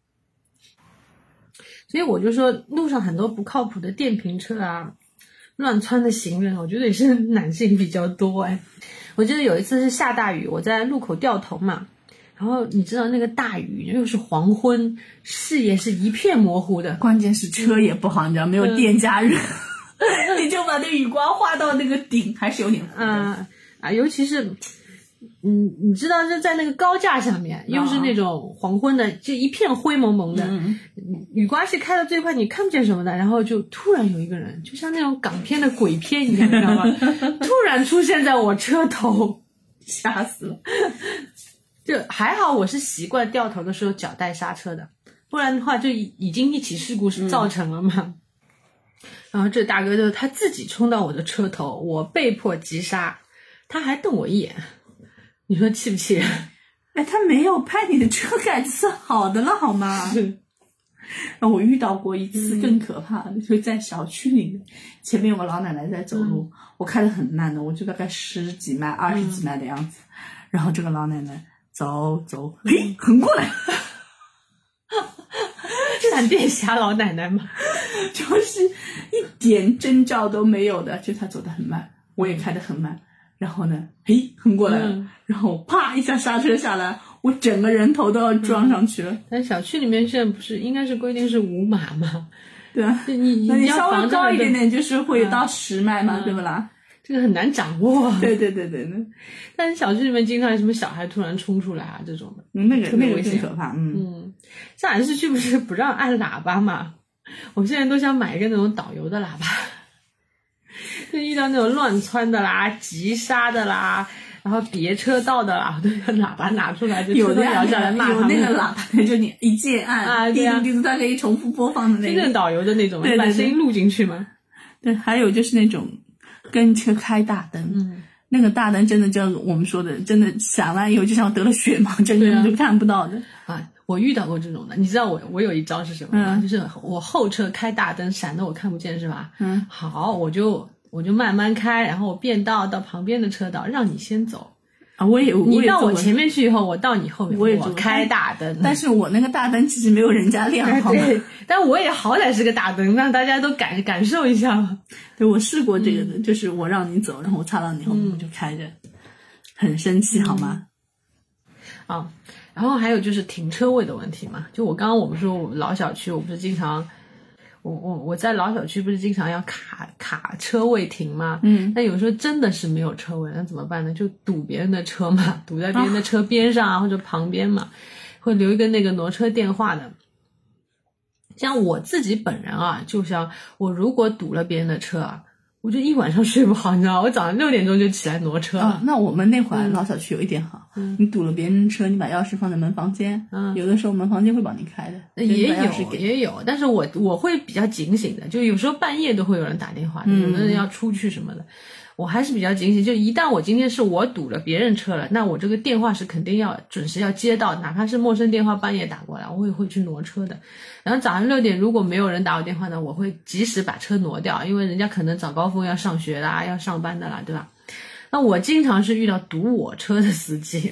所以我就说，路上很多不靠谱的电瓶车啊，乱窜的行人，我觉得也是男性比较多我记得有一次是下大雨，我在路口掉头嘛，然后你知道那个大雨又是黄昏，视野是一片模糊的， 关键是车也不好，你知道没有电加热，你就把那雨刮画到那个顶，还是有点尤其是你知道就在那个高架下面，又是那种黄昏的，就一片灰蒙蒙的，雨刮是开到最快，你看不见什么的，然后就突然有一个人，就像那种港片的鬼片一样，你知道吗？突然出现在我车头， 吓死了。 就还好我是习惯掉头的时候脚带刹车的，不然的话就已经一起事故是造成了嘛。然后这大哥就他自己冲到我的车头，我被迫急刹，他还瞪我一眼，你说气不气人？ 他没有拍你的车盖子是好的了好吗？我遇到过一次更可怕的，就在小区里面，前面有个老奶奶在走路，我开得很慢的，我就大概10几迈、20几迈的样子，然后这个老奶奶走，嘿，横过来， 闪电侠老奶奶嘛， 就是一点征兆都没有的，就她走得很慢，我也开得很慢，然后呢，嘿，横过来了，然后啪一下刹车下来，我整个人头都要撞上去了。 但小区里面现在不是应该是规定是5码吗？ 对啊，那你稍微高一点点就是会到10迈嘛，对不啦？ 这个很难掌握。 对。 但是小区里面经常有什么小孩突然冲出来啊这种的， 那个更可怕。 上海市区不是不让按喇叭嘛？我现在都想买一个那种导游的喇叭，就遇到那种乱窜的啦、急刹的啦，然后别车道的啦，我都把喇叭拿出来，就车头摇下来骂他们。 有那个喇叭，就你一键按，滴嘟滴嘟，它可以重复播放的那个。 真正导游的那种，把声音录进去嘛。 对，还有就是那种跟车开大灯，那个大灯真的就我们说的，真的闪完以后就像得了血盲症，根本就看不到的。 我遇到过这种的，你知道我有一招是什么吗？就是我后车开大灯，闪的我看不见是吧？好，我就慢慢开，然后我变道到旁边的车道，让你先走。你到我前面去以后，我到你后面，我开大灯。 但是我那个大灯其实没有人家亮，好吗？ 对，但我也好歹是个大灯，让大家都感受一下嘛。 对，我试过这个的，就是我让你走，然后我插到你后面，我就开着，很生气，好吗？ 然后还有就是停车位的问题嘛，就我刚刚我们说我老小区，我不是经常。我在老小区不是经常要卡车位停吗？那有时候真的是没有车位，那怎么办呢？就堵别人的车嘛，堵在别人的车边上啊，或者旁边嘛，会留一个那个挪车电话的。像我自己本人啊，就像我如果堵了别人的车啊，我就一晚上睡不好，你知道，我早上6点钟就起来挪车了。 那我们那会儿老小区有一点好，你堵了别人车，你把钥匙放在门房间，有的时候门房间会帮你开的。 也有，但是我会比较警醒的，就有时候半夜都会有人打电话，有的人要出去什么的， 我还是比较警醒，就一旦我今天是我堵了别人车了，那我这个电话是肯定要准时要接到，哪怕是陌生电话半夜打过来，我也会去挪车的。然后早上6点如果没有人打我电话呢，我会及时把车挪掉，因为人家可能早高峰要上学啦，要上班的啦，对吧？那我经常是遇到堵我车的司机，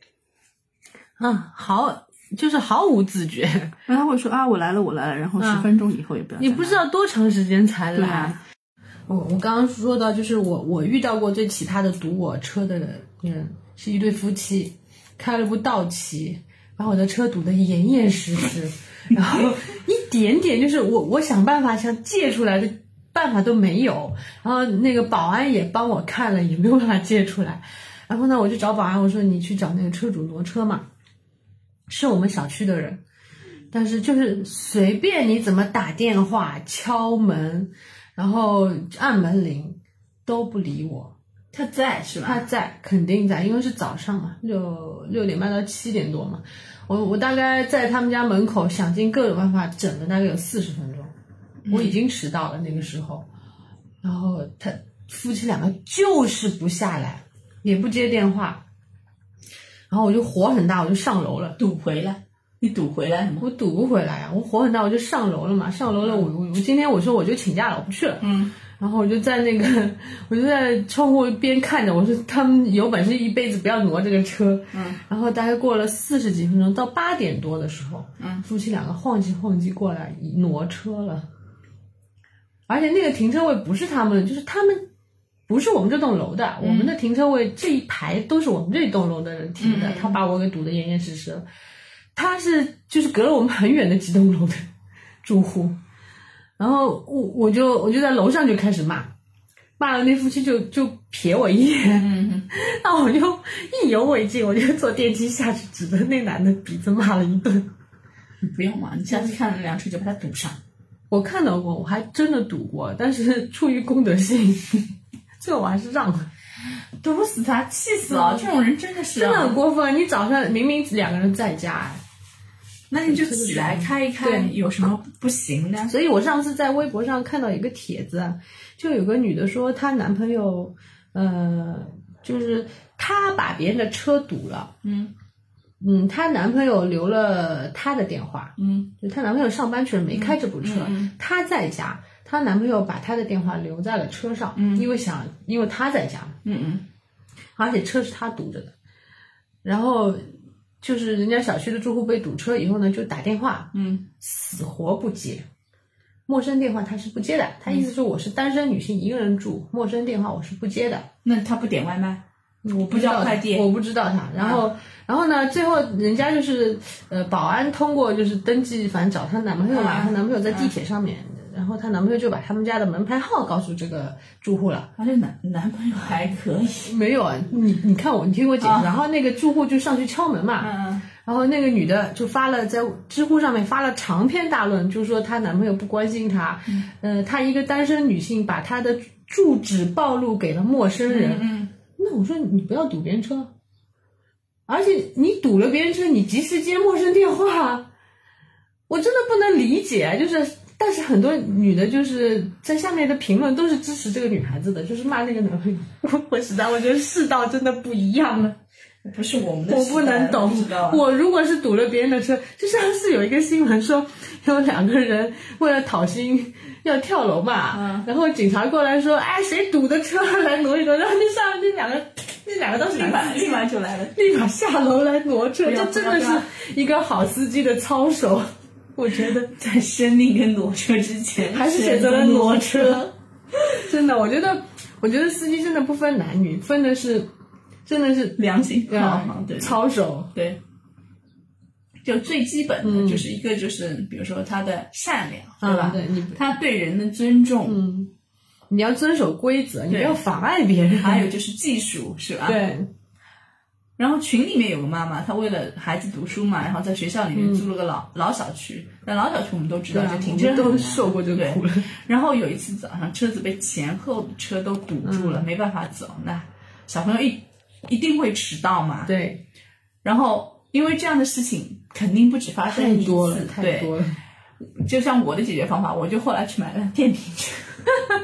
就是毫无自觉， 然后他会说啊我来了，然后10分钟以后也不要再来。 你不知道多长时间才来。 对啊， 我刚刚说到，就是我遇到过最奇葩的堵我车的人是一对夫妻，开了部道奇，把我的车堵得严严实实，然后一点点就是我想办法想借出来的办法都没有，然后那个保安也帮我看了，也没有办法借出来。然后呢，我就找保安，我说你去找那个车主挪车嘛，是我们小区的人，但是就是随便你怎么打电话、敲门，然后按门铃都不理我。 他在是吧？ 他在，肯定在，因为是早上嘛，6点半到7点多嘛。我大概在他们家门口想尽各种办法整了大概有40分钟，我已经迟到了那个时候。然后他夫妻2个就是不下来，也不接电话，然后我就火很大，我就上楼了。 堵回来？你堵回来吗？ 我堵不回来啊！我火很大，我就上楼了嘛。上楼了，我今天我说我就请假了，我不去了。然后我就在窗户边看着，我说他们有本事一辈子不要挪这个车。然后大概过了40几分钟，到8点多的时候，夫妻2个晃迹过来挪车了。而且那个停车位不是他们的，就是他们不是我们这栋楼的，我们的停车位这一排都是我们这栋楼的人停的。他把我给堵得严严实实了。他是就是隔了我们很远的几栋楼的住户。然后我就在楼上就开始骂了，那夫妻就瞥我一眼，那我就意犹未尽，我就坐电梯下去，指着那男的鼻子骂了一顿。 你不用嘛，你下次看了辆车就把它堵上。 我看到过，我还真的堵过，但是出于公德心，最后我还是让了。 堵死他，气死了！这种人真的是真的很过分。你早上明明2个人在家， 那你就起来开一开，有什么不行的？ 所以我上次在微博上看到一个帖子，就有个女的说她男朋友就是她把别人的车堵了，她男朋友留了她的电话，就她男朋友上班去了没开这部车，她在家，她男朋友把她的电话留在了车上，因为她在家，而且车是她堵着的，然后就是人家小区的住户被堵车以后呢，就打电话，死活不接，陌生电话他是不接的。他意思说我是单身女性一个人住，陌生电话我是不接的。 那他不点外卖？ 我不知道快递， 我不知道他。然后呢，最后人家就是保安通过就是登记，反正找她男朋友嘛，她男朋友在地铁上面。然后她男朋友就把他们家的门牌号告诉这个住户了。 这男朋友还可以。 没有啊，你看你听我解释。然后那个住户就上去敲门嘛。然后那个女的就在知乎上面发了长篇大论，就是说她男朋友不关心她，她一个单身女性把她的住址暴露给了陌生人。那我说你不要堵别人车，而且你堵了别人车，你及时接陌生电话，我真的不能理解，就是。但是很多女的就是在下面的评论都是支持这个女孩子的，就是骂那个男朋友。我实在我觉得世道真的不一样了， 不是我们的， 我不能懂。我如果是堵了别人的车，就上次有一个新闻说有2个人为了讨薪要跳楼嘛，然后警察过来说，哎，谁堵的车来挪一挪，然后那两个当时立马就来了， 立马下楼来挪车，这真的是一个好司机的操守。我觉得在生命跟挪车之前， 还是选择了挪车。真的，我觉得司机真的不分男女，分的是真的是良心对操守。 对，就最基本的就是一个就是比如说他的善良，对吧？ 对， 他对人的尊重， 你要遵守规则，你不要妨碍别人。 还有就是技术，是吧？ 对。 然后群里面有个妈妈，她为了孩子读书嘛，然后在学校里面租了个老小区。但老小区我们都知道，就停车都受过这个苦了。 然后有一次早上，车子被前后车都堵住了，没办法走。那小朋友一定会迟到嘛？ 对。 然后因为这样的事情肯定不止发生一次， 太多了。 就像我的解决方法，我就后来去买了电瓶车。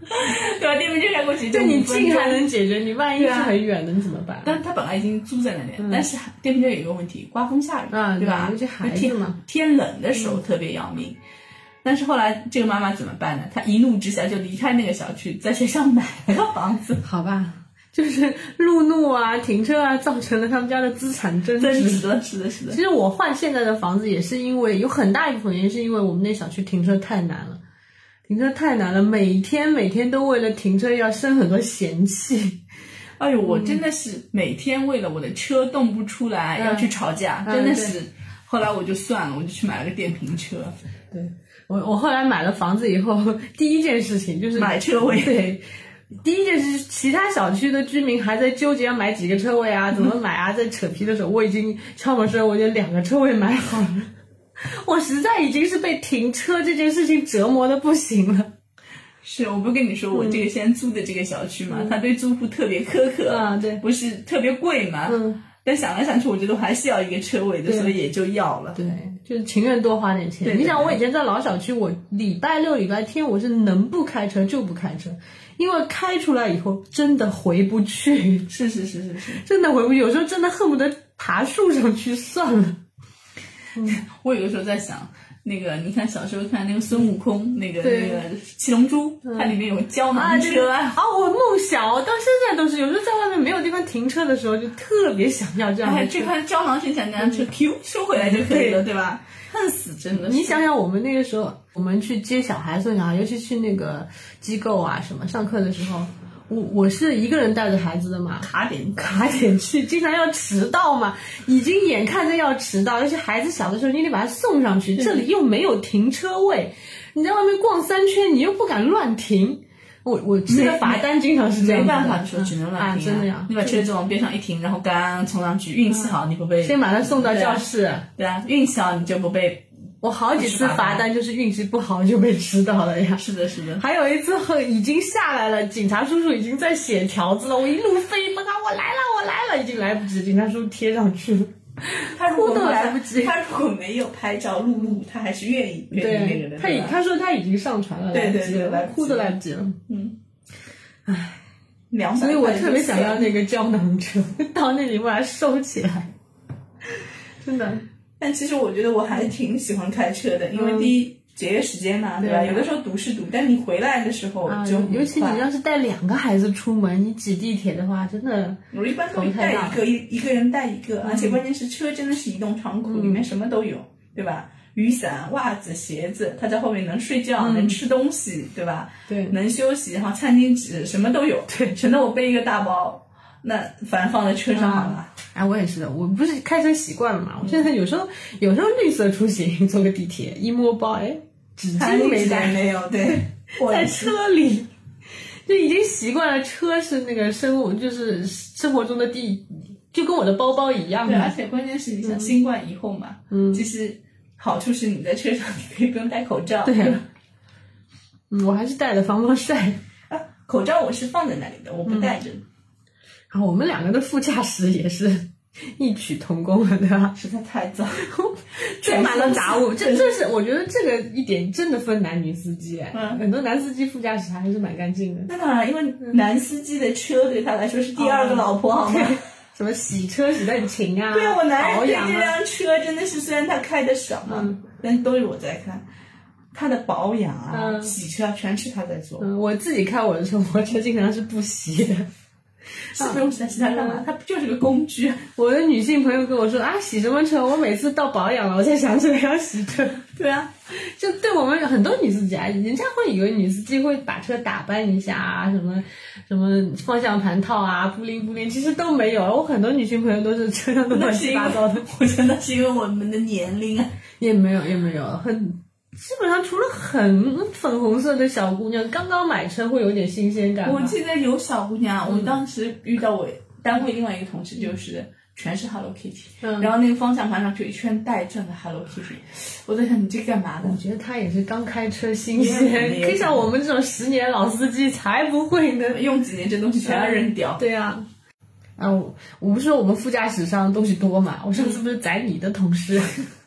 对吧？电瓶车开过去就对你 5分钟近还能解决，你万一是很远的，你怎么办？ 但他本来已经租在那里，但是电瓶车有一个问题，刮风下雨，对吧？ 尤其孩子嘛， 天冷的时候特别要命。但是后来这个妈妈怎么办呢？她一怒之下就离开那个小区，在学校买了个房子。 好吧，就是路怒啊、停车啊，造成了他们家的资产增值。 是的。 其实我换现在的房子也是因为有很大一部分原因是因为我们那小区停车太难了。每天都为了停车要生很多嫌弃。 哎呦，我真的是每天为了我的车动不出来要去吵架，真的是。后来我就算了，我就去买了个电瓶车。 对，我后来买了房子以后，第一件事情就是买车位。 对，第一件事其他小区的居民还在纠结要买几个车位啊，怎么买啊，在扯皮的时候，我已经悄没声，我就2个车位买好了。我实在已经是被停车这件事情折磨的不行了。 是，我不跟你说，我这个现在租的这个小区嘛，他对租户特别苛刻啊，对， 不是特别贵嘛，但想来想去，我觉得我还是要一个车位的，所以也就要了。 对，就是情愿多花点钱。 对， 你想，我以前在老小区，我礼拜六、礼拜天我是能不开车就不开车，因为开出来以后真的回不去。 是， 真的回不去，有时候真的恨不得爬树上去算了。 我有的时候在想。那个，你看小时候看那个孙悟空，那个七龙珠，它里面有胶囊车我梦想，我到现在都是，有时候在外面没有地方停车的时候，就特别想要这样的车。 这块胶囊生产那辆车 Q 收回来就可以了，对吧？恨死，真的是。 你想想，我们那个时候，我们去接小孩送小孩，尤其去那个机构啊什么上课的时候。我是一个人带着孩子的嘛，卡点去，经常要迟到嘛，已经眼看着要迟到，而且孩子小的时候你得把他送上去，这里又没有停车位，你在外面逛3圈，你又不敢乱停。我吃的罚单经常是这样， 没办法的时候只能乱停真的呀。 你把车子往边上一停，然后刚冲上去，运气好你不被先把他送到教室， 对啊，运气好你就不被。 我好几次罚单就是运气不好就被迟到了呀。 是的。 还有一次已经下来了，警察叔叔已经在写条子了，我一路飞奔啊，我来了，已经来不及，警察叔叔贴上去了，哭都来不及。 他如果没有拍照录入，他还是愿意那个的。 他说他已经上传了， 对， 哭都来不及了。 唉，200， 所以我特别想要那个胶囊车，到那里把它收起来，真的。 但其实我觉得我还挺喜欢开车的，因为第一节约时间嘛，对吧？有的时候堵是堵，但你回来的时候就很快。 尤其你要是带2个孩子出门，你挤地铁的话，真的我一般都带一个人带一个，而且关键是车真的是移动仓库，里面什么都有，对吧？雨伞、袜子、鞋子，他在后面能睡觉，能吃东西，对吧？ 对， 能休息，然后餐巾纸什么都有， 对， 省得我背一个大包。那反正放在车上好了。 我也是的，我不是开车习惯了嘛，我现在有时候绿色出行，坐个地铁一摸包，纸巾没带， 没有，对， 在车里就已经习惯了，车是那个就是生活中的就跟我的包包一样。 对，而且关键是你想新冠以后嘛，其实好处是你在车上你可以不用戴口罩。 对，我还是戴了防晒。 口罩我是放在那里的，我不戴着。 然后我们2个的副驾驶也是异曲同工了，对吧？ 实在太脏， 堆满了杂物。这是我觉得这个一点真的分男女司机很多男司机副驾驶还是蛮干净的。 那当然，因为男司机的车对他来说是第2个老婆，好吗？ 什么洗车洗得很勤啊， 对啊，我男人对这辆车真的是，虽然他开的少嘛，但都是我在看。他的保养啊、洗车啊，全是他在做。 我自己开我的车，我车经常是不洗的。 是不用洗它干嘛？它不就是个工具？ 我的女性朋友跟我说洗什么车？我每次到保养了，我才想起来要洗车。 对啊， 就对我们很多女司机人家会以为女司机会把车打扮一下啊，什么方向盘套啊，布灵，其实都没有。我很多女性朋友都是车上都乱七八糟的。 我觉得是因为我们的年龄啊， 也没有，基本上除了很粉红色的小姑娘，刚刚买车会有点新鲜感。 我记得有小姑娘，我当时遇到我单位另外一个同事，就是全是 Hello Kitty，然后那个方向盘上就一圈带转的 Hello Kitty。我在想你这干嘛的？ 我觉得她也是刚开车新鲜，可以像我们这种10年老司机才不会呢， 用几年这东西全要扔掉。 对啊。我不是说我们副驾驶上东西多嘛？我上次不是载你的同事，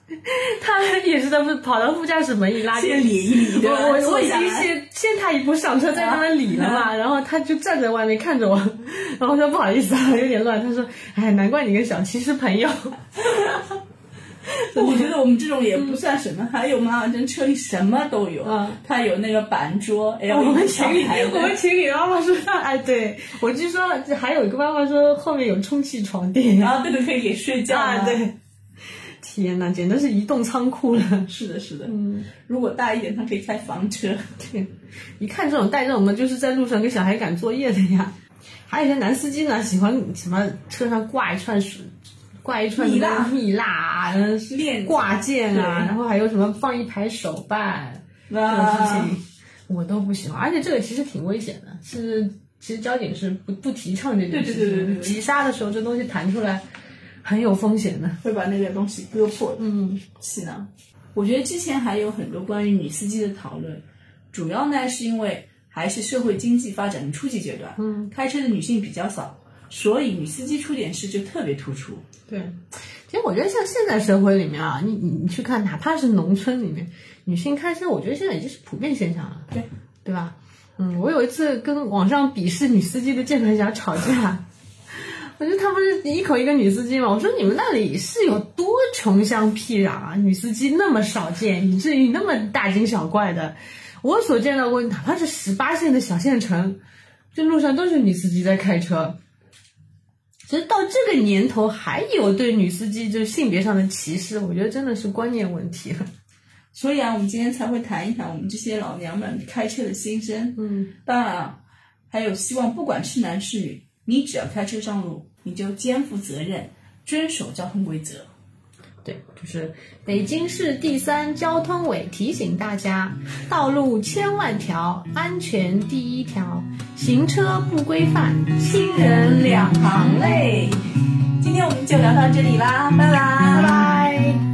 他也是在跑到副驾驶门一拉先理一理，对吧？ 我已经先他一步上车，在那边理了嘛，然后他就站在外面看着我，然后说不好意思啊，有点乱。他说，哎，难怪你跟小七是朋友。 我觉得我们这种也不算什么，还有妈妈真车里什么都有，它有那个板桌， 我们群里妈妈说，哎，对我就说还有一个妈妈说后面有充气床垫啊，对，可以给睡觉啊，对。天哪，简直是移动仓库了。 是的，是的。如果大一点，它可以开房车。 对，一看这种带这种的，就是在路上给小孩赶作业的呀。还有一些男司机呢，喜欢什么车上挂一串蜜蜡啊，挂件啊，然后还有什么放一排手办，这种事情我都不喜欢。而且这个其实挺危险的，其实交警是不提倡这件事情。对，急刹的时候这东西弹出来。很有风险的， 会把那个东西割破。是呢。我觉得之前还有很多关于女司机的讨论，主要呢是因为还是社会经济发展的初级阶段，开车的女性比较少，所以女司机出点事就特别突出。 对，其实我觉得像现在社会里面啊，你去看，哪怕是农村里面，女性开车，我觉得现在已经是普遍现象了，对吧？我有一次跟网上鄙视女司机的键盘侠吵架。我觉得他不是一口一个女司机嘛？我说你们那里是有多穷乡僻壤啊？女司机那么少见，以至于那么大惊小怪的。我所见到过，哪怕是18线的小县城，这路上都是女司机在开车。其实到这个年头，还有对女司机就是性别上的歧视，我觉得真的是观念问题了。 所以啊，我们今天才会谈一谈我们这些老娘们开车的心声。当然啊，还有希望不管是男是女。你只要开车上路，你就肩负责任，遵守交通规则。 对，就是北京市第3交通委提醒大家，道路千万条，安全第1条，行车不规范，亲人两行泪。 今天我们就聊到这里啦，拜拜。